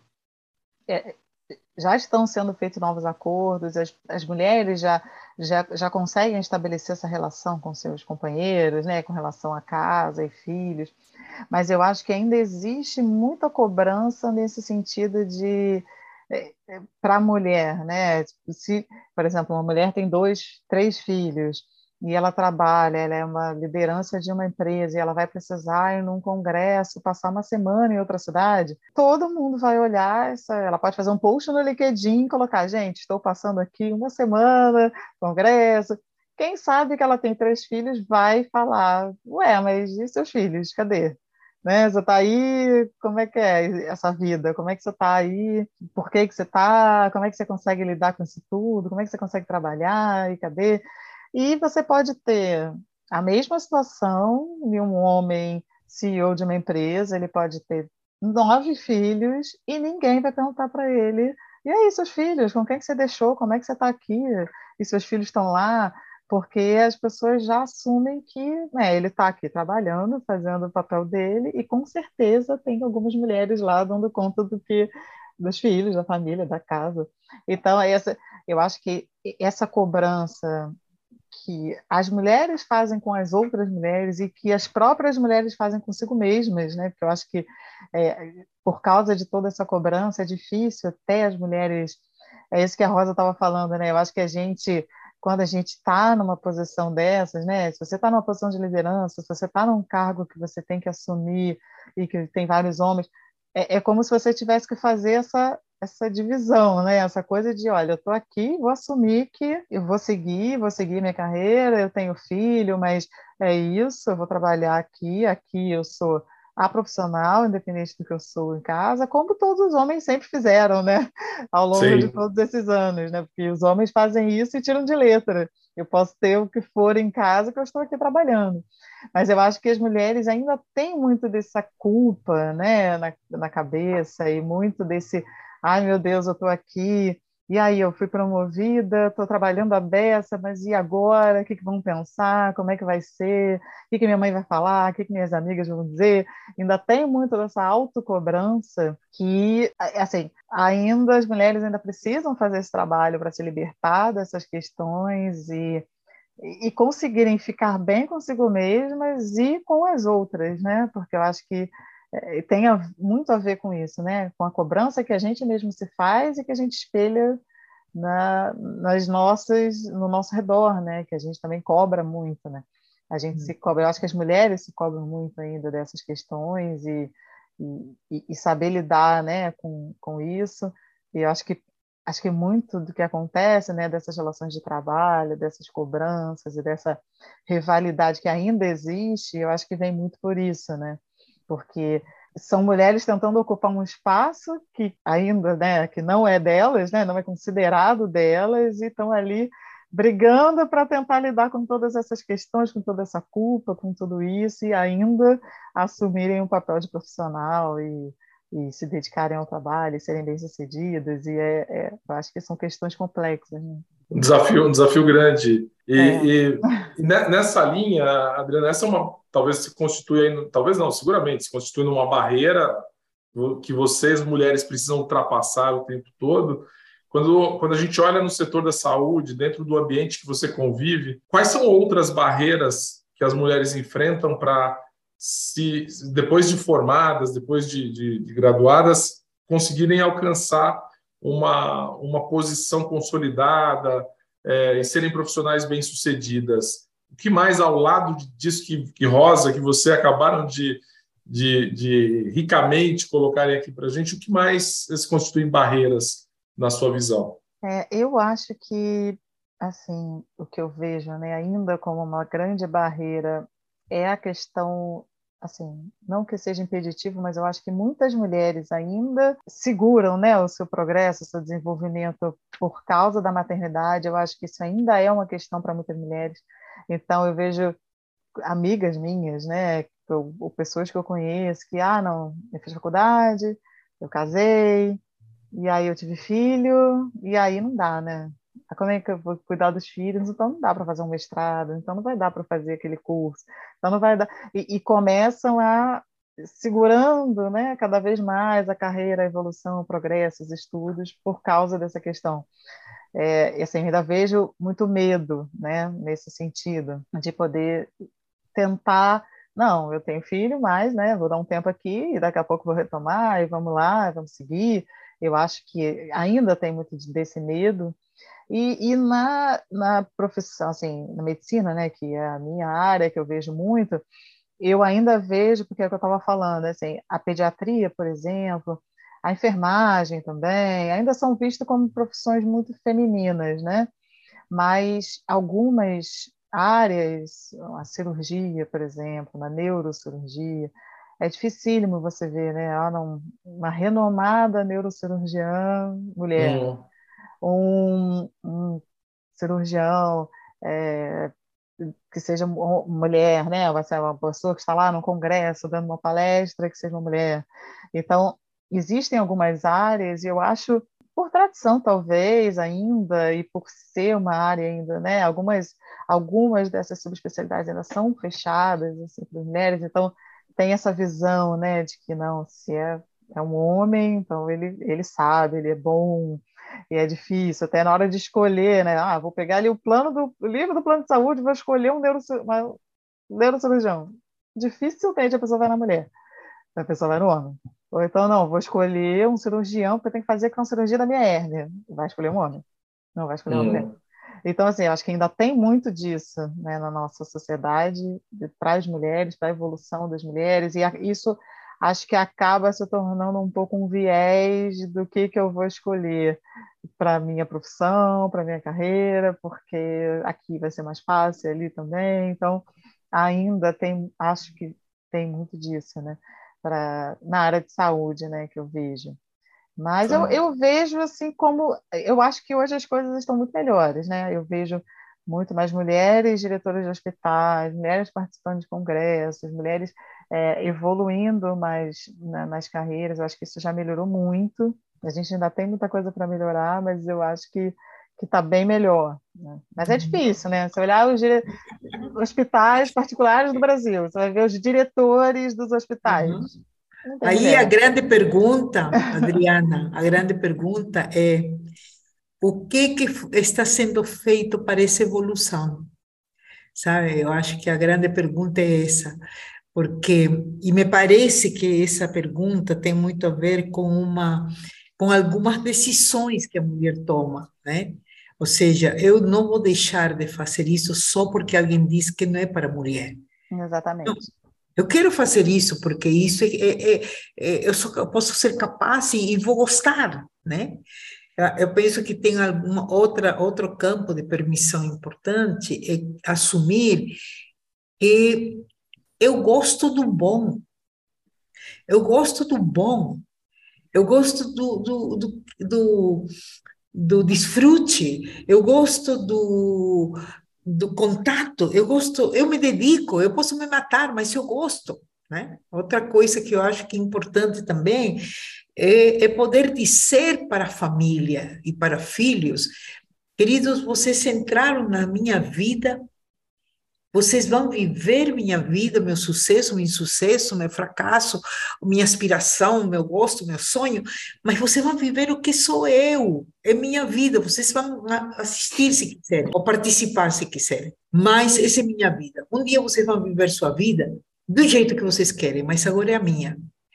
é, já estão sendo feitos novos acordos, as, as mulheres já, já, já conseguem estabelecer essa relação com seus companheiros, né, com relação a casa e filhos, mas eu acho que ainda existe muita cobrança nesse sentido de é, é, para a mulher, né? Se, por exemplo, uma mulher tem dois, três filhos e ela trabalha, ela é uma liderança de uma empresa e ela vai precisar ir num congresso, passar uma semana em outra cidade, todo mundo vai olhar, essa, ela pode fazer um post no LinkedIn e colocar, gente, estou passando aqui uma semana, congresso. Quem sabe que ela tem três filhos vai falar, ué, mas e seus filhos, cadê? Né? Você está aí, como é que é essa vida? Como é que você está aí? Por que que você está? Como é que você consegue lidar com isso tudo? Como é que você consegue trabalhar? E cadê? E você pode ter a mesma situação de um homem C E O de uma empresa, ele pode ter nove filhos e ninguém vai perguntar para ele, e aí, seus filhos, com quem que você deixou? Como é que você está aqui? E seus filhos estão lá? Porque as pessoas já assumem que, né, ele está aqui trabalhando, fazendo o papel dele, e com certeza tem algumas mulheres lá dando conta do que dos filhos, da família, da casa. Então, essa, eu acho que essa cobrança que as mulheres fazem com as outras mulheres e que as próprias mulheres fazem consigo mesmas, né? Porque eu acho que é, por causa de toda essa cobrança é difícil até as mulheres. É isso que a Rosa estava falando, né? Eu acho que a gente, quando a gente está numa posição dessas, né? Se você está numa posição de liderança, se você está num cargo que você tem que assumir e que tem vários homens, é, é como se você tivesse que fazer essa essa divisão, né? Essa coisa de, olha, eu estou aqui, vou assumir que eu vou seguir, vou seguir minha carreira, eu tenho filho, mas é isso, eu vou trabalhar aqui, aqui eu sou a profissional, independente do que eu sou em casa, como todos os homens sempre fizeram, né? Ao longo de Sim. todos esses anos, né? Porque os homens fazem isso e tiram de letra. Eu posso ter o que for em casa, que eu estou aqui trabalhando. Mas eu acho que as mulheres ainda têm muito dessa culpa, né, na, na cabeça e muito desse ai, meu Deus, eu estou aqui, e aí eu fui promovida, estou trabalhando a beça, mas e agora? O que que vão pensar? Como é que vai ser? O que que minha mãe vai falar? O que que minhas amigas vão dizer? Ainda tem muito dessa autocobrança que, assim, ainda as mulheres ainda precisam fazer esse trabalho para se libertar dessas questões e e conseguirem ficar bem consigo mesmas e com as outras, né? Porque eu acho que é, tem a, muito a ver com isso, né? Com a cobrança que a gente mesmo se faz e que a gente espelha na, nas nossas, no nosso redor, né? Que a gente também cobra muito, né? A gente se cobra, eu acho que as mulheres se cobram muito ainda dessas questões e, e, e saber lidar, né, com, com isso. E eu acho que acho que muito do que acontece, né, dessas relações de trabalho, dessas cobranças e dessa rivalidade que ainda existe, eu acho que vem muito por isso, né? Porque são mulheres tentando ocupar um espaço que ainda, né, que não é delas, né, não é considerado delas, e estão ali brigando para tentar lidar com todas essas questões, com toda essa culpa, com tudo isso, e ainda assumirem um papel de profissional e, e se dedicarem ao trabalho, e serem bem-sucedidas, e é, é, eu acho que são questões complexas, né? Um desafio, um desafio grande. E, É. e, e nessa linha, Adriana, essa é uma, talvez se constitui, aí, talvez não, seguramente, se constitui numa barreira que vocês, mulheres, precisam ultrapassar o tempo todo. Quando, quando a gente olha no setor da saúde, dentro do ambiente que você convive, quais são outras barreiras que as mulheres enfrentam para, se depois de formadas, depois de, de, de graduadas, conseguirem alcançar uma, uma posição consolidada, é, e serem profissionais bem-sucedidas? O que mais, ao lado disso que, que Rosa, que você acabaram de, de, de ricamente colocarem aqui para a gente, o que mais se constituem barreiras na sua visão? É, eu acho que, assim, o que eu vejo, né, ainda como uma grande barreira é a questão, assim, não que seja impeditivo, mas eu acho que muitas mulheres ainda seguram, né, o seu progresso, o seu desenvolvimento por causa da maternidade. Eu acho que isso ainda é uma questão para muitas mulheres. Então, eu vejo amigas minhas, né, ou, ou pessoas que eu conheço, que, ah, não, eu fiz faculdade, eu casei, e aí eu tive filho, e aí não dá, né? Como é que eu vou cuidar dos filhos? Então não dá para fazer um mestrado, então não vai dar para fazer aquele curso, então não vai dar. E, e começam a segurando, né, cada vez mais a carreira, a evolução, o progresso, os estudos, por causa dessa questão. É, e assim, ainda vejo muito medo, né, nesse sentido, de poder tentar. Não, eu tenho filho, mas, né, vou dar um tempo aqui e daqui a pouco vou retomar e vamos lá, vamos seguir. Eu acho que ainda tem muito desse medo. E, e na, na profissão, assim, na medicina, né, que é a minha área, que eu vejo muito, eu ainda vejo, porque é o que eu estava falando, assim, a pediatria, por exemplo, a enfermagem também, ainda são vistas como profissões muito femininas, né? Mas algumas áreas, a cirurgia, por exemplo, na neurocirurgia, é dificílimo você ver, né? Ah, não, uma renomada neurocirurgiã mulher, Hum. um, um cirurgião é, que seja mulher, né? Vai ser uma pessoa que está lá no congresso dando uma palestra que seja uma mulher. Então, existem algumas áreas, e eu acho, por tradição talvez ainda, e por ser uma área ainda, né? Algumas, algumas dessas subespecialidades ainda são fechadas assim, para as mulheres, então tem essa visão, né, de que não, se é, é um homem, então ele, ele sabe, ele é bom, e é difícil, até na hora de escolher, né? Ah, vou pegar ali o plano do o livro do plano de saúde, vou escolher um neurocirurgião. neurocirurgião. Dificilmente a pessoa vai na mulher, a pessoa vai no homem. Ou então, não, vou escolher um cirurgião, porque eu tenho que fazer com a cirurgia da minha hérnia. Vai escolher um homem, não vai escolher uma mulher. Hum. Então, assim, eu acho que ainda tem muito disso, né, na nossa sociedade, para as mulheres, para a evolução das mulheres, e isso acho que acaba se tornando um pouco um viés do que, que eu vou escolher para a minha profissão, para a minha carreira, porque aqui vai ser mais fácil, ali também. Então, ainda tem, acho que tem muito disso, né, pra, na área de saúde, né, que eu vejo. Mas eu, Tá. eu vejo assim como. Eu acho que hoje as coisas estão muito melhores, né? Eu vejo muito mais mulheres diretoras de hospitais, mulheres participando de congressos, mulheres é, evoluindo mais na, nas carreiras. Eu acho que isso já melhorou muito. A gente ainda tem muita coisa para melhorar, mas eu acho que que está bem melhor, né? Mas é difícil, né? Se olhar os dire... hospitais particulares do Brasil, você vai ver os diretores dos hospitais. Uhum. Não tem Aí a mulher. grande pergunta, Adriana, a grande pergunta é o que que está sendo feito para essa evolução? Sabe? Eu acho que a grande pergunta é essa, porque e me parece que essa pergunta tem muito a ver com uma com algumas decisões que a mulher toma, né? Ou seja, eu não vou deixar de fazer isso só porque alguém diz que não é para mulher. Exatamente. Eu quero fazer isso porque isso é, é, é, é eu, sou, eu posso ser capaz e, e vou gostar, né? Eu, eu penso que tem alguma outra outro campo de permissão importante é assumir que eu gosto do bom, eu gosto do bom, eu gosto do, do, do, do do desfrute, eu gosto do, do contato, eu gosto, eu me dedico, eu posso me matar, mas eu gosto, né? Outra coisa que eu acho que é importante também é, é poder dizer para a família e para filhos, queridos, vocês entraram na minha vida, vocês vão viver minha vida, meu sucesso, meu insucesso, meu fracasso, minha aspiração, meu gosto, meu sonho, mas vocês vão viver o que sou eu, é minha vida, vocês vão assistir se quiserem, ou participar se quiserem, mas essa é minha vida. Um dia vocês vão viver sua vida do jeito que vocês querem, mas agora é a minha.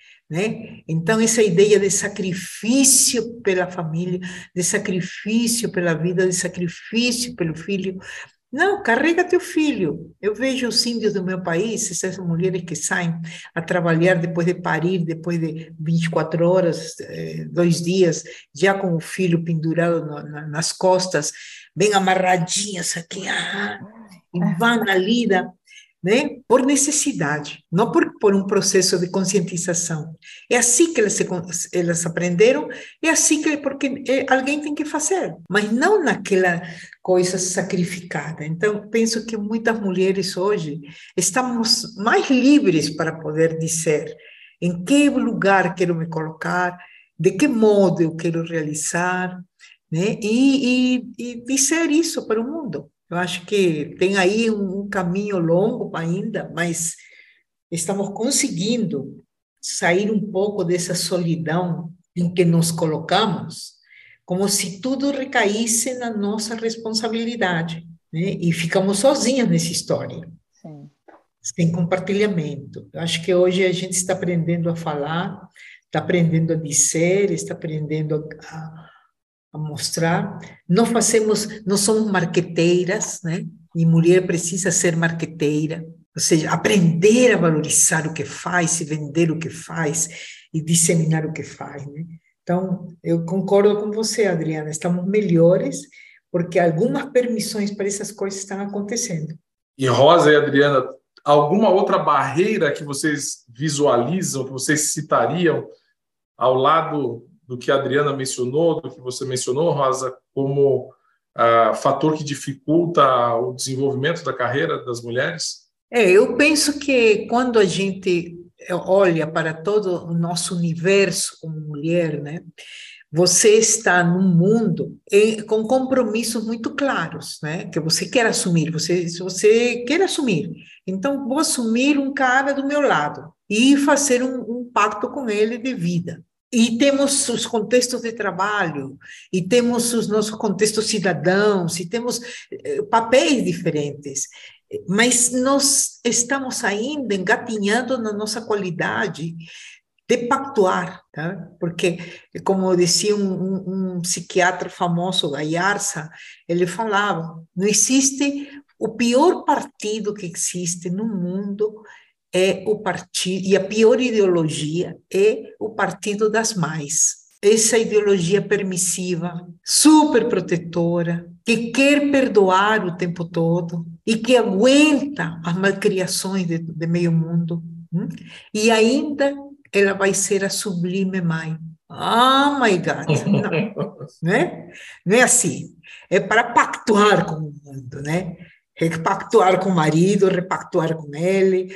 Né? Então, essa ideia de sacrifício pela família, de sacrifício pela vida, de sacrifício pelo filho, não, carrega teu filho. Eu vejo os índios do meu país, essas mulheres que saem a trabalhar depois de parir, depois de vinte e quatro horas, dois dias, já com o filho pendurado nas costas, bem amarradinhas aqui, ah, e vão na lida, né? Por necessidade, não por, por um processo de conscientização. É assim que elas, se, elas aprenderam, é assim que porque é, alguém tem que fazer, mas não naquela coisa sacrificada. Então, penso que muitas mulheres hoje estamos mais livres para poder dizer em que lugar quero me colocar, de que modo eu quero realizar, né? E, e, e dizer isso para o mundo. Eu acho que tem aí um caminho longo ainda, mas estamos conseguindo sair um pouco dessa solidão em que nos colocamos, como se tudo recaísse na nossa responsabilidade, né? E ficamos sozinhas nessa história, Sim. sem compartilhamento. Eu acho que hoje a gente está aprendendo a falar, está aprendendo a dizer, está aprendendo a, a a mostrar, não fazemos, não somos marqueteiras, né? E mulher precisa ser marqueteira, ou seja, aprender a valorizar o que faz, e vender o que faz, e disseminar o que faz, né? Então, eu concordo com você, Adriana, estamos melhores, porque algumas permissões para essas coisas estão acontecendo. E Rosa e Adriana, alguma outra barreira que vocês visualizam, que vocês citariam ao lado do que a Adriana mencionou, do que você mencionou, Rosa, como uh, fator que dificulta o desenvolvimento da carreira das mulheres? É, eu penso que quando a gente olha para todo o nosso universo como mulher, né, você está num mundo com compromissos muito claros, né, que você quer assumir, você, você quer assumir. Então, vou assumir um cara do meu lado e fazer um, um pacto com ele de vida. E temos os contextos de trabalho, e temos os nossos contextos cidadãos, e temos eh, papéis diferentes, mas nós estamos ainda engatinhando na nossa qualidade de pactuar, tá? Porque, como dizia um, um, um psiquiatra famoso, Gayarza, ele falava, não existe, o pior partido que existe no mundo é o partido, e a pior ideologia é o partido das mães. Essa ideologia permissiva, super protetora, que quer perdoar o tempo todo e que aguenta as malcriações de, de meio mundo. Hum? E ainda ela vai ser a sublime mãe. Oh, my God! Não, né? Não é assim. É para pactuar com o mundo, né? Repactuar com o marido, repactuar com ele,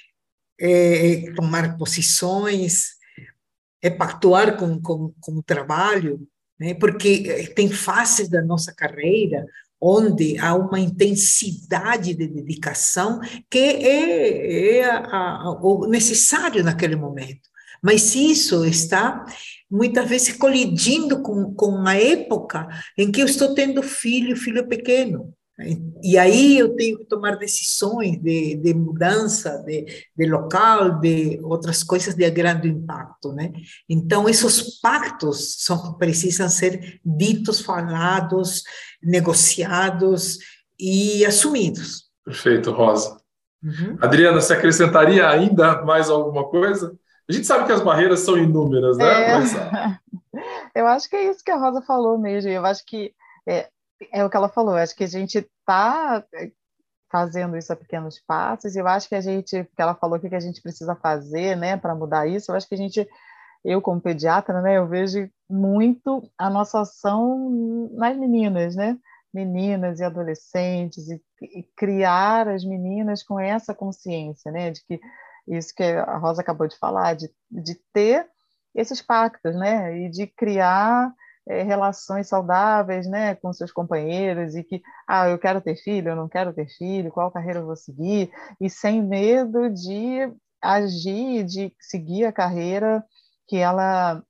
É, tomar posições, é pactuar com, com, com o trabalho, né? Porque tem fases da nossa carreira onde há uma intensidade de dedicação que é, é a, a, o necessário naquele momento. Mas isso está muitas vezes colidindo com, com a época em que eu estou tendo filho, filho pequeno. E aí eu tenho que tomar decisões de, de mudança de, de local, de outras coisas de grande impacto, né? Então, esses pactos são, precisam ser ditos, falados, negociados e assumidos. Perfeito, Rosa. Uhum. Adriana, você acrescentaria ainda mais alguma coisa? A gente sabe que as barreiras são inúmeras, né? É, Mas... eu acho que é isso que a Rosa falou mesmo. Eu acho que é, é o que ela falou. Eu acho que a gente está fazendo isso a pequenos passos. E eu acho que a gente, que ela falou o que a gente precisa fazer, né, para mudar isso. Eu acho que a gente eu como pediatra, né, eu vejo muito a nossa ação nas meninas, né? Meninas e adolescentes, e, e criar as meninas com essa consciência, né? De que isso que a Rosa acabou de falar, de, de ter esses pactos, né? E de criar é, relações saudáveis, né, com seus companheiros, e que, ah, eu quero ter filho, eu não quero ter filho, qual carreira eu vou seguir, e sem medo de agir, de seguir a carreira que ela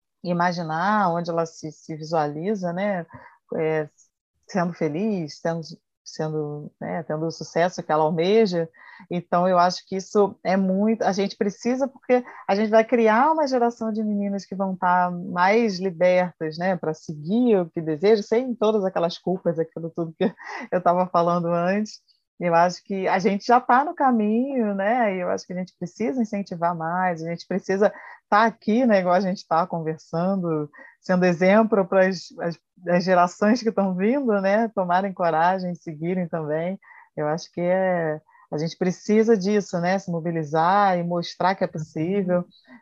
imaginar, onde ela se, se visualiza, né, é, sendo feliz, sendo, sendo, né, tendo o sucesso que ela almeja. Então, eu acho que isso é muito. A gente precisa, porque a gente vai criar uma geração de meninas que vão estar mais libertas, né, para seguir o que desejam, sem todas aquelas culpas, aquilo tudo que eu estava falando antes. Eu acho que a gente já está no caminho, né? E eu acho que a gente precisa incentivar mais, a gente precisa estar aqui, né? Igual a gente está conversando, sendo exemplo para as, as, as gerações que estão vindo, né? Tomarem coragem, seguirem também. Eu acho que é, a gente precisa disso, né? Se mobilizar e mostrar que é possível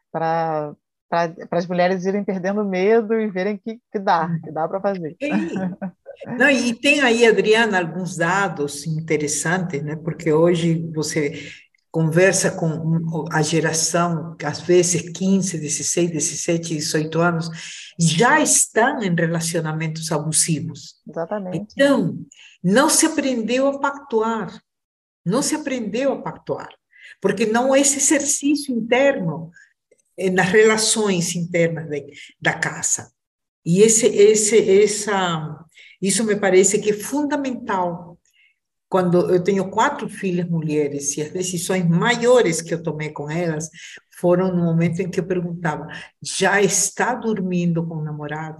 para para as mulheres irem perdendo medo e verem que, que dá, que dá para fazer. E, não, e tem aí, Adriana, alguns dados interessantes, né? Porque hoje você conversa com um- a geração, às vezes quinze, dezesseis, dezessete, dezoito anos, já estão em relacionamentos abusivos. Exatamente. Então, não se aprendeu a pactuar, não se aprendeu a pactuar, porque não há esse exercício interno eh, nas relações internas de, da casa. E esse, esse, essa, isso me parece que é fundamental. Quando eu tenho quatro filhas mulheres e as decisões maiores que eu tomei com elas foram no momento em que eu perguntava: já está dormindo com o namorado?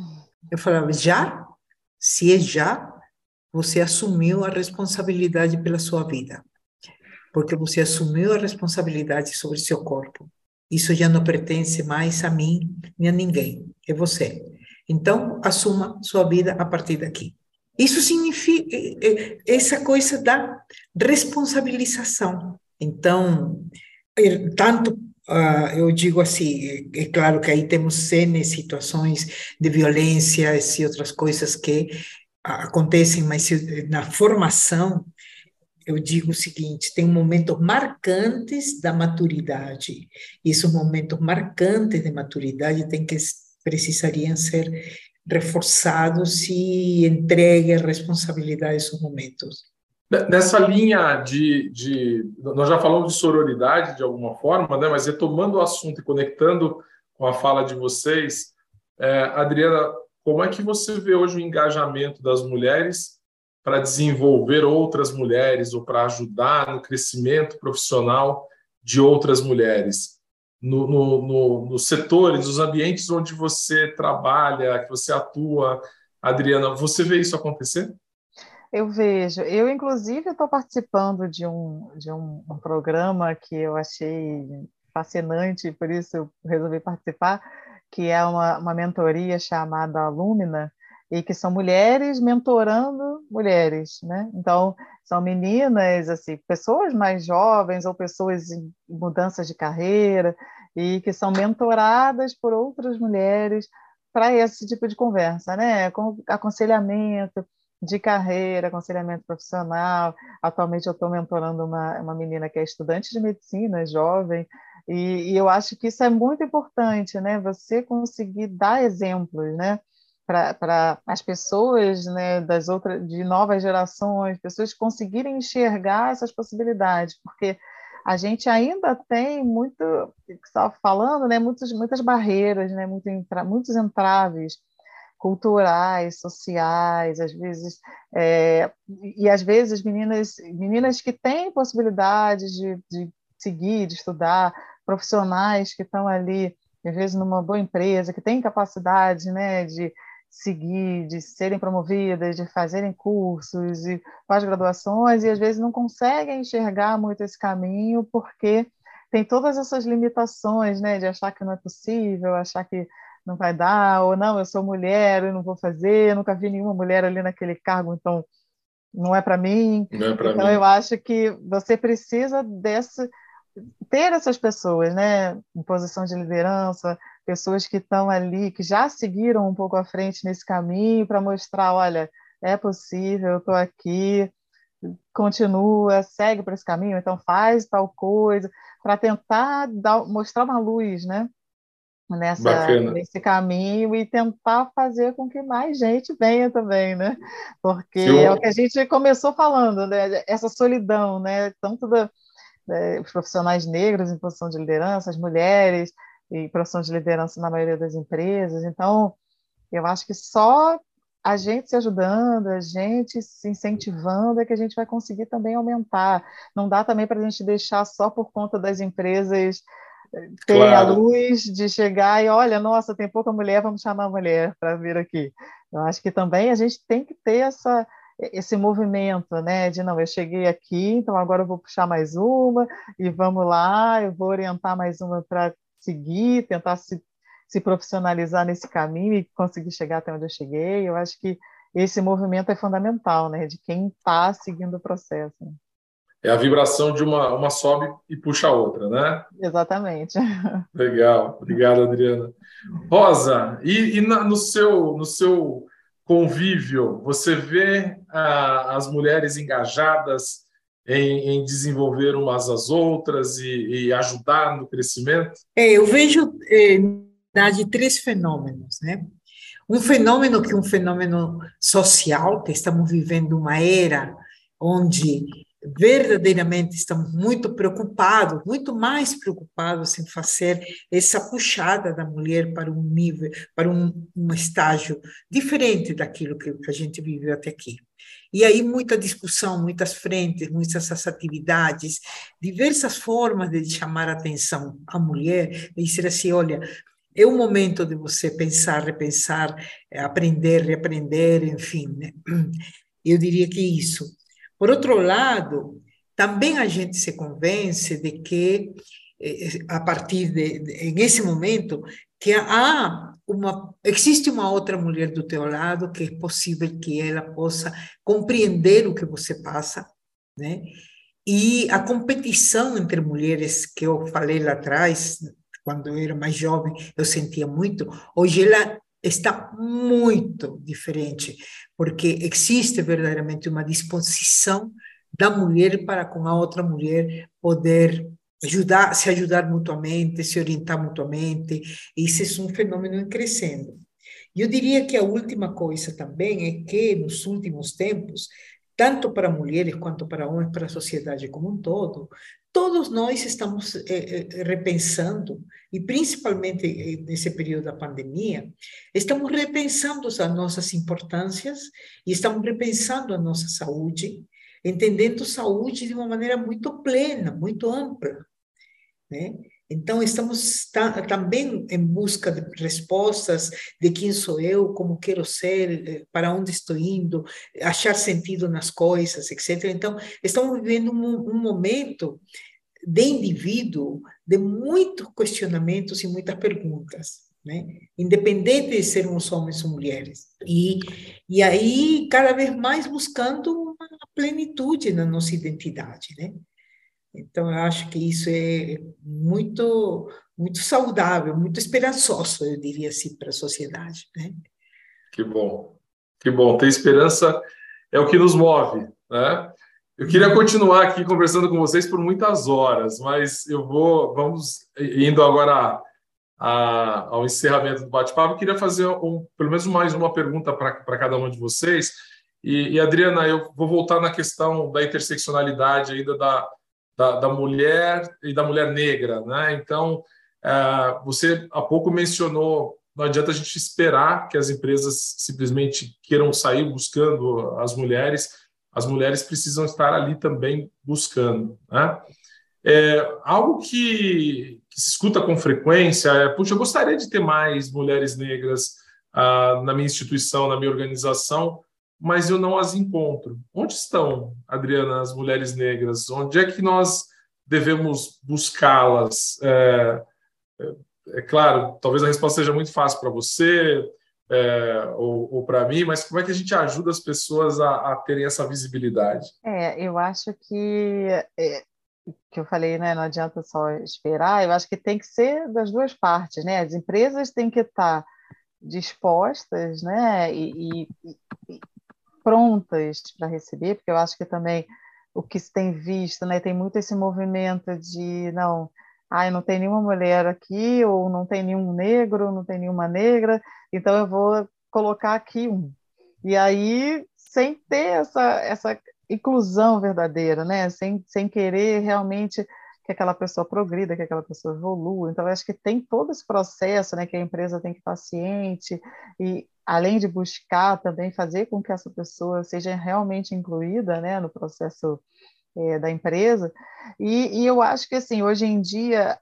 Eu falava: já? Se é já, você assumiu a responsabilidade pela sua vida, porque você assumiu a responsabilidade sobre seu corpo. Isso já não pertence mais a mim nem a ninguém, é você. Então, assuma sua vida a partir daqui. Isso significa essa coisa da responsabilização. Então, tanto uh, eu digo assim, é claro que aí temos N situações de violências e outras coisas que acontecem, mas na formação eu digo o seguinte: tem momentos marcantes da maturidade, e esses momentos marcantes de maturidade tem que precisariam ser reforçados e entregue a responsabilidade desses momentos. Nessa linha de, de... Nós já falamos de sororidade de alguma forma, né? Mas retomando o assunto e conectando com a fala de vocês, é, Adriana, como é que você vê hoje o engajamento das mulheres para desenvolver outras mulheres ou para ajudar no crescimento profissional de outras mulheres? No, no, no, nos setores, nos ambientes onde você trabalha, que você atua, Adriana, você vê isso acontecer? Eu vejo. Eu, inclusive, estou participando de um, de um, um programa que eu achei fascinante, por isso eu resolvi participar, que é uma, uma mentoria chamada Alumina, e que são mulheres mentorando mulheres, né? Então, são meninas, assim, pessoas mais jovens ou pessoas em mudanças de carreira, e que são mentoradas por outras mulheres para esse tipo de conversa, né? Com aconselhamento de carreira, aconselhamento profissional. Atualmente eu estou mentorando uma, uma menina que é estudante de medicina, jovem, e, e eu acho que isso é muito importante, né? Você conseguir dar exemplos, né? Para as pessoas, né, das outras, de novas gerações, pessoas conseguirem enxergar essas possibilidades, porque a gente ainda tem muito, que você estava falando, né, muitos, muitas barreiras, né, muito entra, muitos entraves culturais, sociais, às vezes, é, e às vezes meninas, meninas que têm possibilidades de, de seguir, de estudar, profissionais que estão ali, às vezes numa boa empresa, que têm capacidade, né, de seguir, de serem promovidas, de fazerem cursos e pós-graduações, e às vezes não conseguem enxergar muito esse caminho porque tem todas essas limitações, né, de achar que não é possível, achar que não vai dar, ou não, eu sou mulher, eu não vou fazer, eu nunca vi nenhuma mulher ali naquele cargo, então não é para mim. Não é para Então, eu mim. acho que você precisa desse, ter essas pessoas, né, em posição de liderança, pessoas que estão ali, que já seguiram um pouco à frente nesse caminho, para mostrar, olha, é possível, eu estou aqui, continua, segue por esse caminho, então faz tal coisa, para tentar dar, mostrar uma luz, né, nessa, Bacana. nesse caminho e tentar fazer com que mais gente venha também, né? Porque é o que a Eu, gente começou falando, né? Essa solidão, né? Tanto da, né, os profissionais negros em posição de liderança, as mulheres em posição de liderança na maioria das empresas. Então, eu acho que só a gente se ajudando, a gente se incentivando, é que a gente vai conseguir também aumentar. Não dá também para a gente deixar só por conta das empresas terem a claro. luz de chegar e, olha, nossa, tem pouca mulher, vamos chamar a mulher para vir aqui. Eu acho que também a gente tem que ter essa, esse movimento, né, de, não, eu cheguei aqui, então agora eu vou puxar mais uma e vamos lá, eu vou orientar mais uma para seguir, tentar se, se profissionalizar nesse caminho e conseguir chegar até onde eu cheguei. Eu acho que esse movimento é fundamental, né, de quem está seguindo o processo. É a vibração de uma, uma sobe e puxa a outra, né? Exatamente. Legal. Obrigado, Adriana. Rosa, e, e na- no seu, no seu convívio, você vê ah, as mulheres engajadas em, em desenvolver umas às outras e, e ajudar no crescimento? É, eu vejo, eh, na verdade, três fenômenos, né? Um fenômeno que é um fenômeno social, que estamos vivendo uma era onde verdadeiramente estamos muito preocupados, muito mais preocupados em fazer essa puxada da mulher para um nível, para um, um estágio diferente daquilo que a gente viveu até aqui. E aí muita discussão, muitas frentes, muitas atividades, diversas formas de chamar a atenção à mulher, e dizer assim, olha, é o momento de você pensar, repensar, aprender, reaprender, enfim, né? Eu diria que isso. Por outro lado, também a gente se convence de que, a partir de, de nesse momento, que há uma, existe uma outra mulher do teu lado que é possível que ela possa compreender o que você passa, né? E a competição entre mulheres que eu falei lá atrás, quando eu era mais jovem, eu sentia muito, hoje ela está muito diferente, porque existe verdadeiramente uma disposição da mulher para com a outra mulher poder ajudar, se ajudar mutuamente, se orientar mutuamente, e isso é um fenômeno em crescendo. Eu diria que a última coisa também é que, nos últimos tempos, tanto para mulheres quanto para homens, para a sociedade como um todo, todos nós estamos eh, eh, repensando, e principalmente nesse período da pandemia, estamos repensando as nossas importâncias e estamos repensando a nossa saúde, entendendo saúde de uma maneira muito plena, muito ampla, né? Então, estamos também em busca de respostas de quem sou eu, como quero ser, para onde estou indo, achar sentido nas coisas, etcétera. Então, estamos vivendo um, um momento de indivíduo de muitos questionamentos e muitas perguntas, né? Independente de sermos homens ou mulheres. E, e aí, cada vez mais buscando uma plenitude na nossa identidade, né? Então, eu acho que isso é muito, muito saudável, muito esperançoso, eu diria assim, para a sociedade, né? Que bom. Que bom. Ter esperança é o que nos move, né? Eu queria continuar aqui conversando com vocês por muitas horas, mas eu vou, vamos indo agora a, ao encerramento do bate-papo. Eu queria fazer um, pelo menos mais uma pergunta para cada um de vocês. E, e, Adriana, eu vou voltar na questão da interseccionalidade ainda da, da, da mulher e da mulher negra, né? Então, é, você há pouco mencionou, não adianta a gente esperar que as empresas simplesmente queiram sair buscando as mulheres, as mulheres precisam estar ali também buscando, né? É, algo que, que se escuta com frequência é, puxa, eu gostaria de ter mais mulheres negras ah, na minha instituição, na minha organização, mas eu não as encontro. Onde estão, Adriana, as mulheres negras? Onde é que nós devemos buscá-las? É, é claro, talvez a resposta seja muito fácil para você, é, ou, ou para mim, mas como é que a gente ajuda as pessoas a, a terem essa visibilidade? É, eu acho que é, que eu falei, né, não adianta só esperar, eu acho que tem que ser das duas partes, né? As empresas têm que estar dispostas, né, e, e, e prontas para receber, porque eu acho que também o que se tem visto, né, tem muito esse movimento de, não, ai, não tem nenhuma mulher aqui, ou não tem nenhum negro, não tem nenhuma negra, então eu vou colocar aqui um. E aí, sem ter essa, essa inclusão verdadeira, né, sem, sem querer realmente que aquela pessoa progrida, que aquela pessoa evolua. Então, eu acho que tem todo esse processo, né, que a empresa tem que estar ciente e, além de buscar também fazer com que essa pessoa seja realmente incluída, né, no processo é, da empresa. E, e eu acho que, assim, hoje em dia,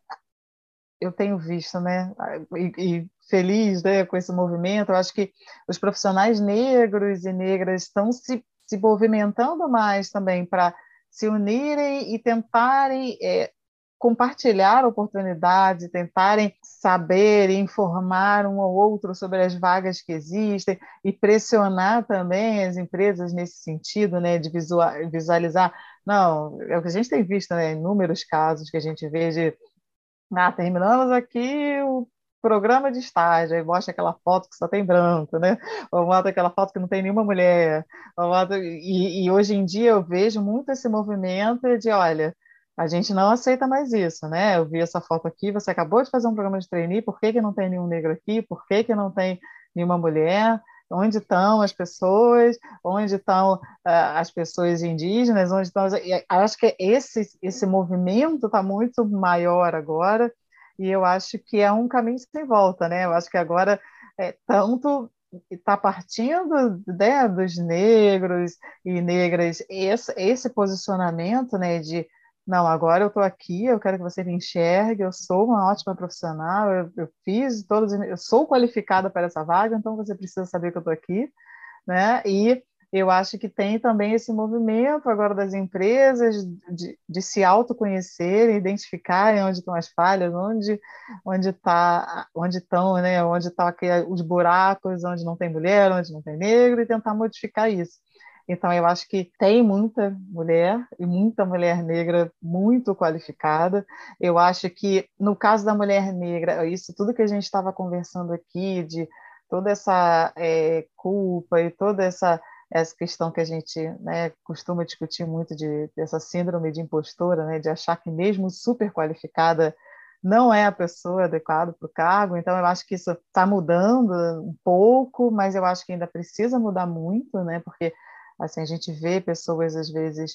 eu tenho visto, né, e, e feliz, né, com esse movimento, eu acho que os profissionais negros e negras estão se, se movimentando mais também para se unirem e tentarem é, compartilhar oportunidades, tentarem saber e informar um ao outro sobre as vagas que existem e pressionar também as empresas nesse sentido, né, de visualizar. Não, é o que a gente tem visto, né, inúmeros casos que a gente vê de ah, terminamos aqui o programa de estágio, aí mostra aquela foto que só tem branco, né? Ou mostra aquela foto que não tem nenhuma mulher. Mostra... E, e hoje em dia eu vejo muito esse movimento de, olha, a gente não aceita mais isso, né? Eu vi essa foto aqui, você acabou de fazer um programa de trainee, por que que não tem nenhum negro aqui? Por que que não tem nenhuma mulher? Onde estão as pessoas? Onde estão uh, as pessoas indígenas? Onde estão? E acho que esse esse movimento está muito maior agora e eu acho que é um caminho sem volta, né? Eu acho que agora é, tanto está partindo, né, dos negros e negras esse, esse posicionamento, né, de não, agora eu estou aqui, eu quero que você me enxergue, eu sou uma ótima profissional, eu, eu fiz todos, eu sou qualificada para essa vaga, então você precisa saber que eu estou aqui, né? E eu acho que tem também esse movimento agora das empresas de, de se autoconhecerem, identificarem onde estão as falhas, onde onde tá, onde estão, né? Onde estão os buracos, onde não tem mulher, onde não tem negro, e tentar modificar isso. Então, eu acho que tem muita mulher e muita mulher negra muito qualificada. Eu acho que, no caso da mulher negra, isso tudo que a gente estava conversando aqui, de toda essa é, culpa e toda essa, essa questão que a gente, né, costuma discutir muito, de, dessa síndrome de impostora, né, de achar que mesmo super qualificada não é a pessoa adequada para o cargo. Então, eu acho que isso está mudando um pouco, mas eu acho que ainda precisa mudar muito, né, porque assim, a gente vê pessoas, às vezes,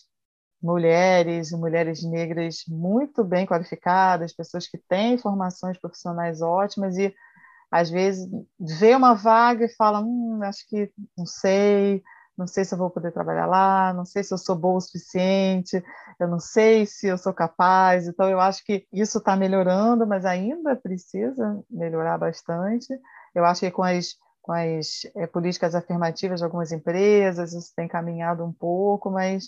mulheres, mulheres negras muito bem qualificadas, pessoas que têm formações profissionais ótimas e, às vezes, vê uma vaga e fala, hum, acho que não sei, não sei se eu vou poder trabalhar lá, não sei se eu sou boa o suficiente, eu não sei se eu sou capaz. Então, eu acho que isso está melhorando, mas ainda precisa melhorar bastante. Eu acho que com as com as é, políticas afirmativas de algumas empresas, isso tem caminhado um pouco, mas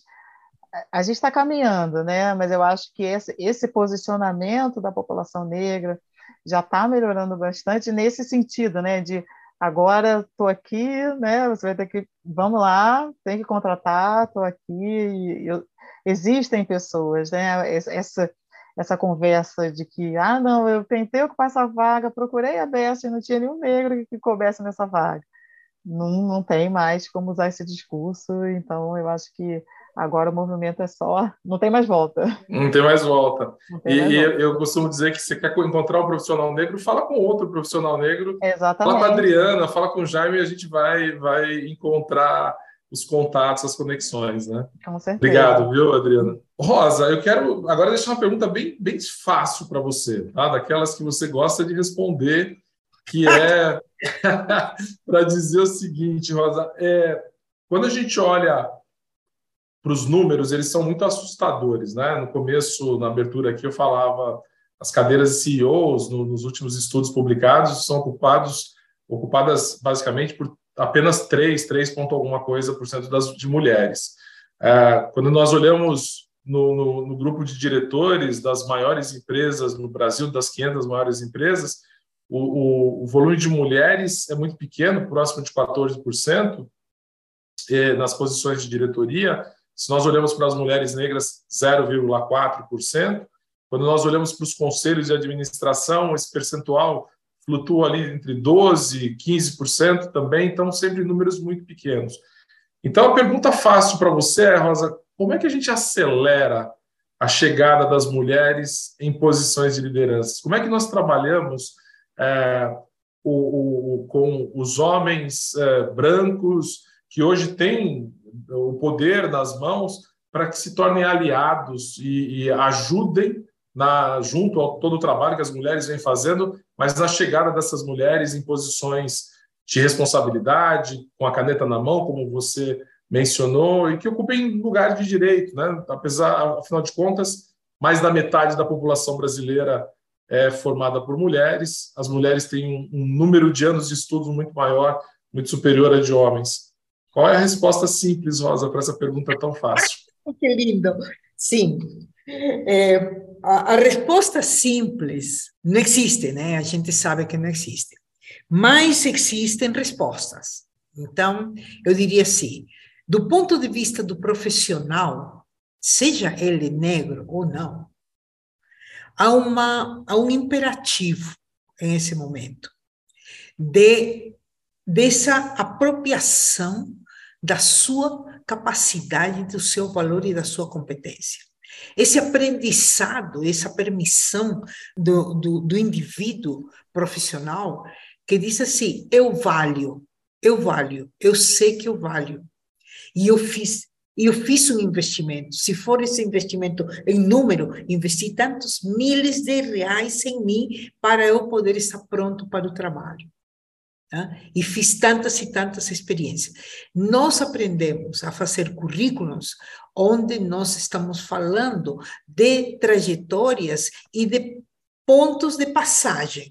a gente está caminhando, né? Mas eu acho que esse, esse posicionamento da população negra já está melhorando bastante nesse sentido, né? De agora estou aqui, né? Você vai ter que, vamos lá, tem que contratar, estou aqui. E eu, existem pessoas, né? Essa essa conversa de que, ah, não, eu tentei ocupar essa vaga, procurei a Best e não tinha nenhum negro que coubesse nessa vaga. Não, não tem mais como usar esse discurso, então eu acho que agora o movimento é só, não tem mais volta. Não tem mais volta. Não tem E, mais e volta. eu costumo dizer que você quer encontrar um profissional negro, fala com outro profissional negro, Exatamente. fala com a Adriana, fala com o Jaime e a gente vai, vai encontrar os contatos, as conexões, né? Com certeza. Obrigado, viu, Adriana? Rosa, eu quero agora deixar uma pergunta bem, bem fácil para você, tá? Daquelas que você gosta de responder, que é para dizer o seguinte, Rosa, é, quando a gente olha para os números, eles são muito assustadores, né? No começo, na abertura aqui, eu falava as cadeiras de C E Os, no, nos últimos estudos publicados, são ocupados, ocupadas basicamente por apenas três, três ponto alguma coisa por cento das, de mulheres. É, quando nós olhamos no, no, no grupo de diretores das maiores empresas no Brasil, das quinhentas maiores empresas, o, o, o volume de mulheres é muito pequeno, próximo de quatorze por cento, eh, nas posições de diretoria, Se nós olhamos para as mulheres negras, zero vírgula quatro por cento. Quando nós olhamos para os conselhos de administração, esse percentual flutua ali entre doze por cento e quinze por cento também, então sempre números muito pequenos. Então, a pergunta fácil para você é, Rosa, como é que a gente acelera a chegada das mulheres em posições de liderança? Como é que nós trabalhamos é, o, o, com os homens é, brancos que hoje têm o poder nas mãos para que se tornem aliados e, e ajudem na, junto a todo o trabalho que as mulheres vêm fazendo, mas na chegada dessas mulheres em posições de responsabilidade, com a caneta na mão, como você mencionou, e que ocupem lugar de direito, né? Apesar, afinal de contas, mais da metade da população brasileira é formada por mulheres. As mulheres têm um, um número de anos de estudo muito maior, muito superior a de homens. Qual é a resposta simples, Rosa, para essa pergunta tão fácil? Que lindo. Sim. É, a, a resposta simples não existe, né? A gente sabe que não existe. Mas existem respostas. Então, eu diria assim, do ponto de vista do profissional, seja ele negro ou não, há, uma, há um imperativo em esse momento de, dessa apropriação da sua capacidade, do seu valor e da sua competência. Esse aprendizado, essa permissão do, do, do indivíduo profissional que diz assim, eu valho, eu valho, eu sei que eu valho. E eu fiz, eu fiz um investimento. Se for esse investimento em número, investi tantos milhares de reais em mim para eu poder estar pronto para o trabalho. Tá? E fiz tantas e tantas experiências. Nós aprendemos a fazer currículos onde nós estamos falando de trajetórias e de pontos de passagem,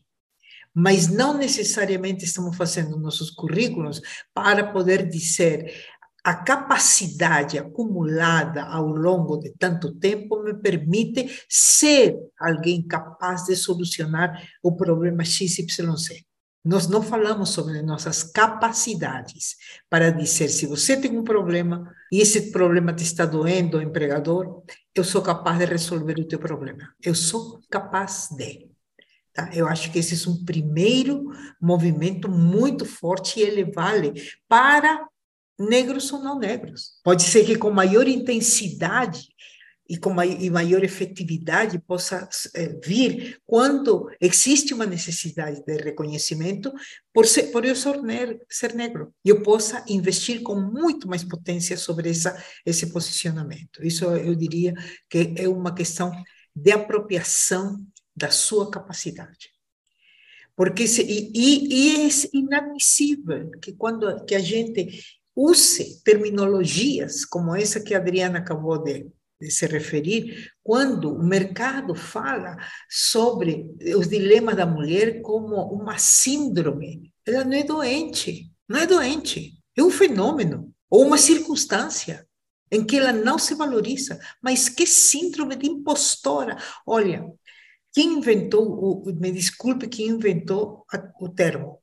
mas não necessariamente estamos fazendo nossos currículos para poder dizer a capacidade acumulada ao longo de tanto tempo me permite ser alguém capaz de solucionar o problema X Y Z. Nós não falamos sobre nossas capacidades para dizer, se você tem um problema e esse problema te está doendo, empregador, eu sou capaz de resolver o teu problema. Eu sou capaz de. Tá? Eu acho que esse é um primeiro movimento muito forte e ele vale para negros ou não negros. Pode ser que com maior intensidade e com maior efetividade possa vir quando existe uma necessidade de reconhecimento por, ser, por eu ser, ne ser negro. E eu possa investir com muito mais potência sobre essa, esse posicionamento. Isso eu diria que é uma questão de apropriação da sua capacidade. Porque se, e, e é inadmissível que quando que a gente use terminologias como essa que a Adriana acabou de de se referir, quando o mercado fala sobre os dilemas da mulher como uma síndrome. Ela não é doente, não é doente, é um fenômeno, ou uma circunstância em que ela não se valoriza. Mas que síndrome de impostora! Olha, quem inventou, o, me desculpe, quem inventou a, o termo?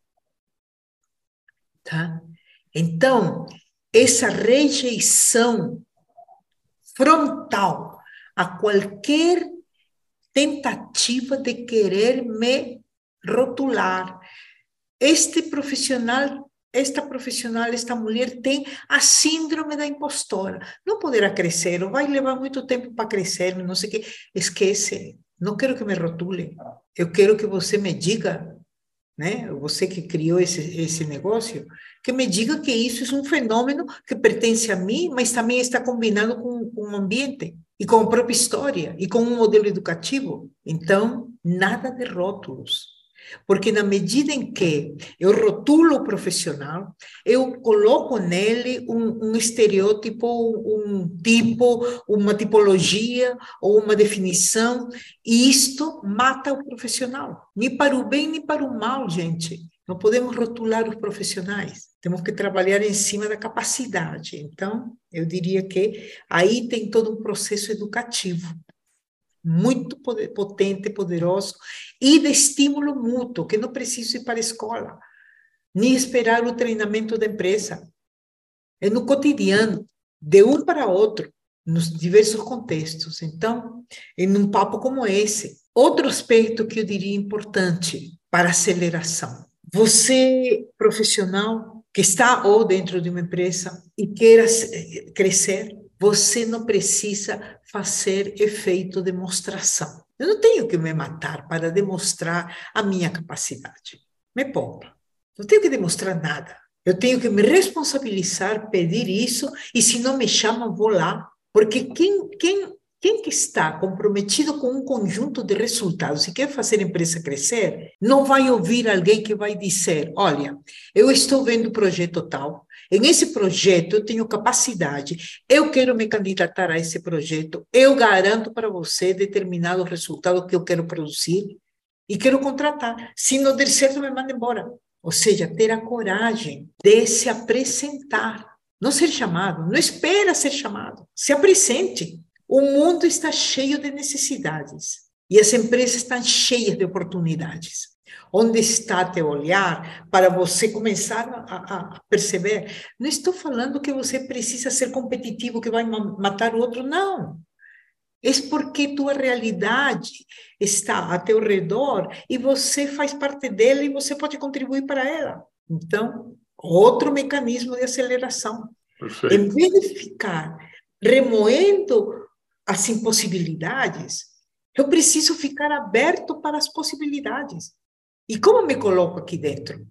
Tá? Então, essa rejeição frontal a qualquer tentativa de querer me rotular. Este profissional, esta profissional, esta mulher tem a síndrome da impostora. Não poderá crescer, ou vai levar muito tempo para crescer, não sei o que. Esquece, não quero que me rotule. Eu quero que você me diga, né? Você que criou esse, esse negócio, que me diga que isso é um fenômeno que pertence a mim, mas também está combinado com, com o ambiente, e com a própria história, e com um modelo educativo. Então, nada de rótulos. Porque na medida em que eu rotulo o profissional, eu coloco nele um, um estereótipo, um tipo, uma tipologia ou uma definição, e isto mata o profissional. Nem para o bem, nem para o mal, gente. Não podemos rotular os profissionais. Temos que trabalhar em cima da capacidade. Então, eu diria que aí tem todo um processo educativo muito poder, potente, poderoso, e de estímulo mútuo, que não precisa ir para a escola, nem esperar o treinamento da empresa. É no cotidiano, de um para outro. nos diversos contextos. Então, em um papo como esse, outro aspecto que eu diria importante para aceleração. Você, profissional, que está ou dentro de uma empresa e queira crescer, você não precisa fazer efeito demonstração. Eu não tenho que me matar para demonstrar a minha capacidade. Me poupa. Não tenho que demonstrar nada. Eu tenho que me responsabilizar, pedir isso, e se não me chamam, vou lá. Porque quem, quem, quem que está comprometido com um conjunto de resultados e quer fazer a empresa crescer, não vai ouvir alguém que vai dizer, olha, eu estou vendo o projeto tal, em esse projeto eu tenho capacidade, eu quero me candidatar a esse projeto, eu garanto para você determinado resultado que eu quero produzir e quero contratar. Se não der certo, me manda embora. Ou seja, ter a coragem de se apresentar, não ser chamado, não espera ser chamado, se apresente. O mundo está cheio de necessidades e as empresas estão cheias de oportunidades. Onde está teu olhar para você começar a, a perceber? Não estou falando que você precisa ser competitivo, que vai matar o outro, não. É porque tua realidade está a teu redor e você faz parte dela e você pode contribuir para ela. Então, outro mecanismo de aceleração. Perfeito. Em vez de ficar remoendo as impossibilidades, eu preciso ficar aberto para as possibilidades. E como me coloco aqui dentro?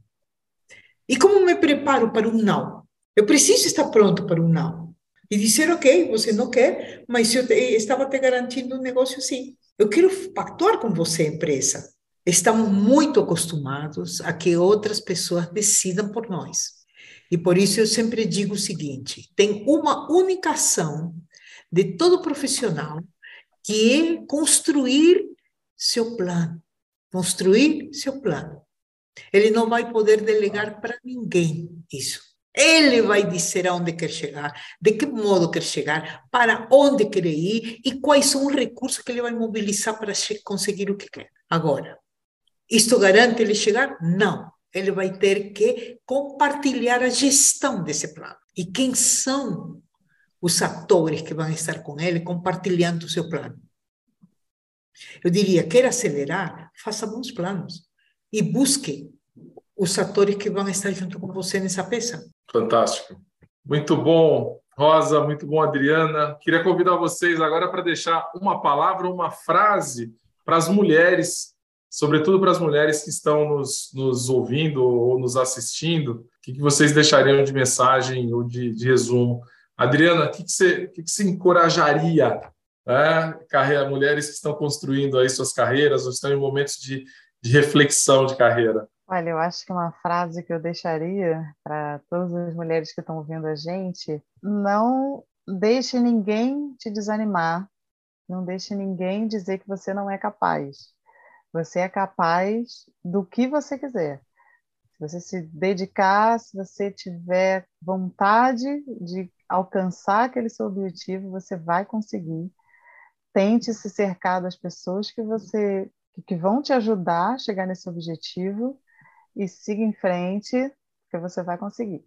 E como me preparo para um não? Eu preciso estar pronto para um não. E dizer, ok, você não quer, mas eu te, estava te garantindo um negócio sim. Eu quero pactuar com você, empresa. Estamos muito acostumados a que outras pessoas decidam por nós. E por isso eu sempre digo o seguinte, tem uma única ação de todo profissional, que é construir seu plano. Construir seu plano. Ele não vai poder delegar para ninguém isso. Ele vai dizer aonde quer chegar, de que modo quer chegar, para onde quer ir e quais são os recursos que ele vai mobilizar para conseguir o que quer. Agora, isto garante ele chegar? Não. Ele vai ter que compartilhar a gestão desse plano. E quem são os atores que vão estar com ele compartilhando o seu plano? Eu diria, quer acelerar? Faça bons planos e busque os atores que vão estar junto com você nessa peça. Fantástico. Muito bom, Rosa, muito bom, Adriana. Queria convidar vocês agora para deixar uma palavra, uma frase para as mulheres, sobretudo para as mulheres que estão nos, nos ouvindo ou nos assistindo. O que, que vocês deixariam de mensagem ou de, de resumo? Adriana, o que, que, você, o que, que você encorajaria, né? Carreira, mulheres que estão construindo aí suas carreiras ou estão em momentos de, de reflexão de carreira? Olha, eu acho que uma frase que eu deixaria para todas as mulheres que estão ouvindo a gente: não deixe ninguém te desanimar, não deixe ninguém dizer que você não é capaz. Você é capaz do que você quiser. Se você se dedicar, se você tiver vontade de alcançar aquele seu objetivo, você vai conseguir. Tente se cercar das pessoas que você que vão te ajudar a chegar nesse objetivo e siga em frente, que você vai conseguir.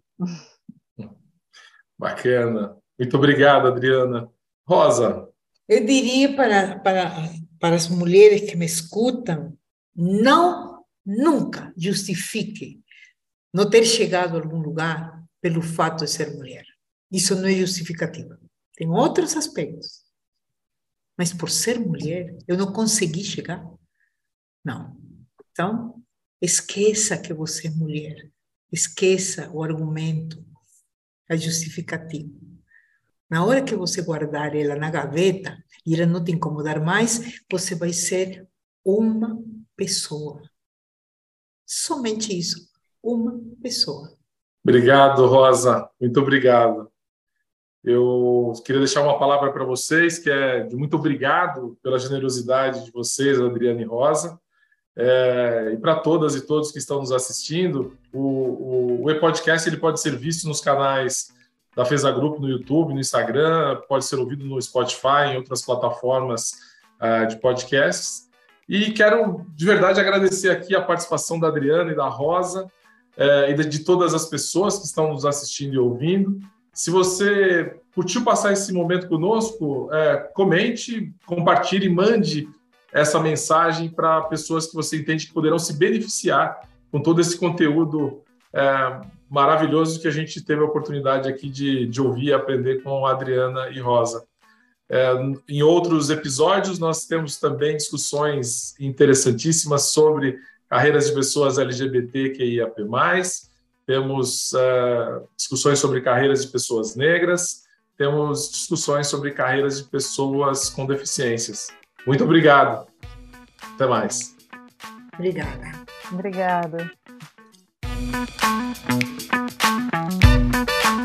Bacana. Muito obrigado, Adriana. Rosa. Eu diria para, para, para as mulheres que me escutam, não, nunca justifique não ter chegado a algum lugar pelo fato de ser mulher. Isso não é justificativo. Tem outros aspectos. Mas por ser mulher, eu não consegui chegar? Não. Então, esqueça que você é mulher. Esqueça o argumento, a justificativa. Na hora que você guardar ela na gaveta e ela não te incomodar mais, você vai ser uma pessoa. Somente isso. Uma pessoa. Obrigado, Rosa. Muito obrigado. Eu queria deixar uma palavra para vocês, que é de muito obrigado pela generosidade de vocês, Adriana e Rosa. É, e para todas e todos que estão nos assistindo, o, o, o e-podcast ele pode ser visto nos canais da Feza Group no YouTube, no Instagram, pode ser ouvido no Spotify, em outras plataformas uh, de podcasts. E quero, de verdade, agradecer aqui a participação da Adriana e da Rosa, uh, e de, de todas as pessoas que estão nos assistindo e ouvindo. Se você curtiu passar esse momento conosco, é, comente, compartilhe, mande essa mensagem para pessoas que você entende que poderão se beneficiar com todo esse conteúdo é, maravilhoso que a gente teve a oportunidade aqui de, de ouvir e aprender com a Adriana e Rosa. É, em outros episódios, nós temos também discussões interessantíssimas sobre carreiras de pessoas L G B T Q I A P mais, temos uh, discussões sobre carreiras de pessoas negras, temos discussões sobre carreiras de pessoas com deficiências. Muito obrigado. Até mais. Obrigada. Obrigada.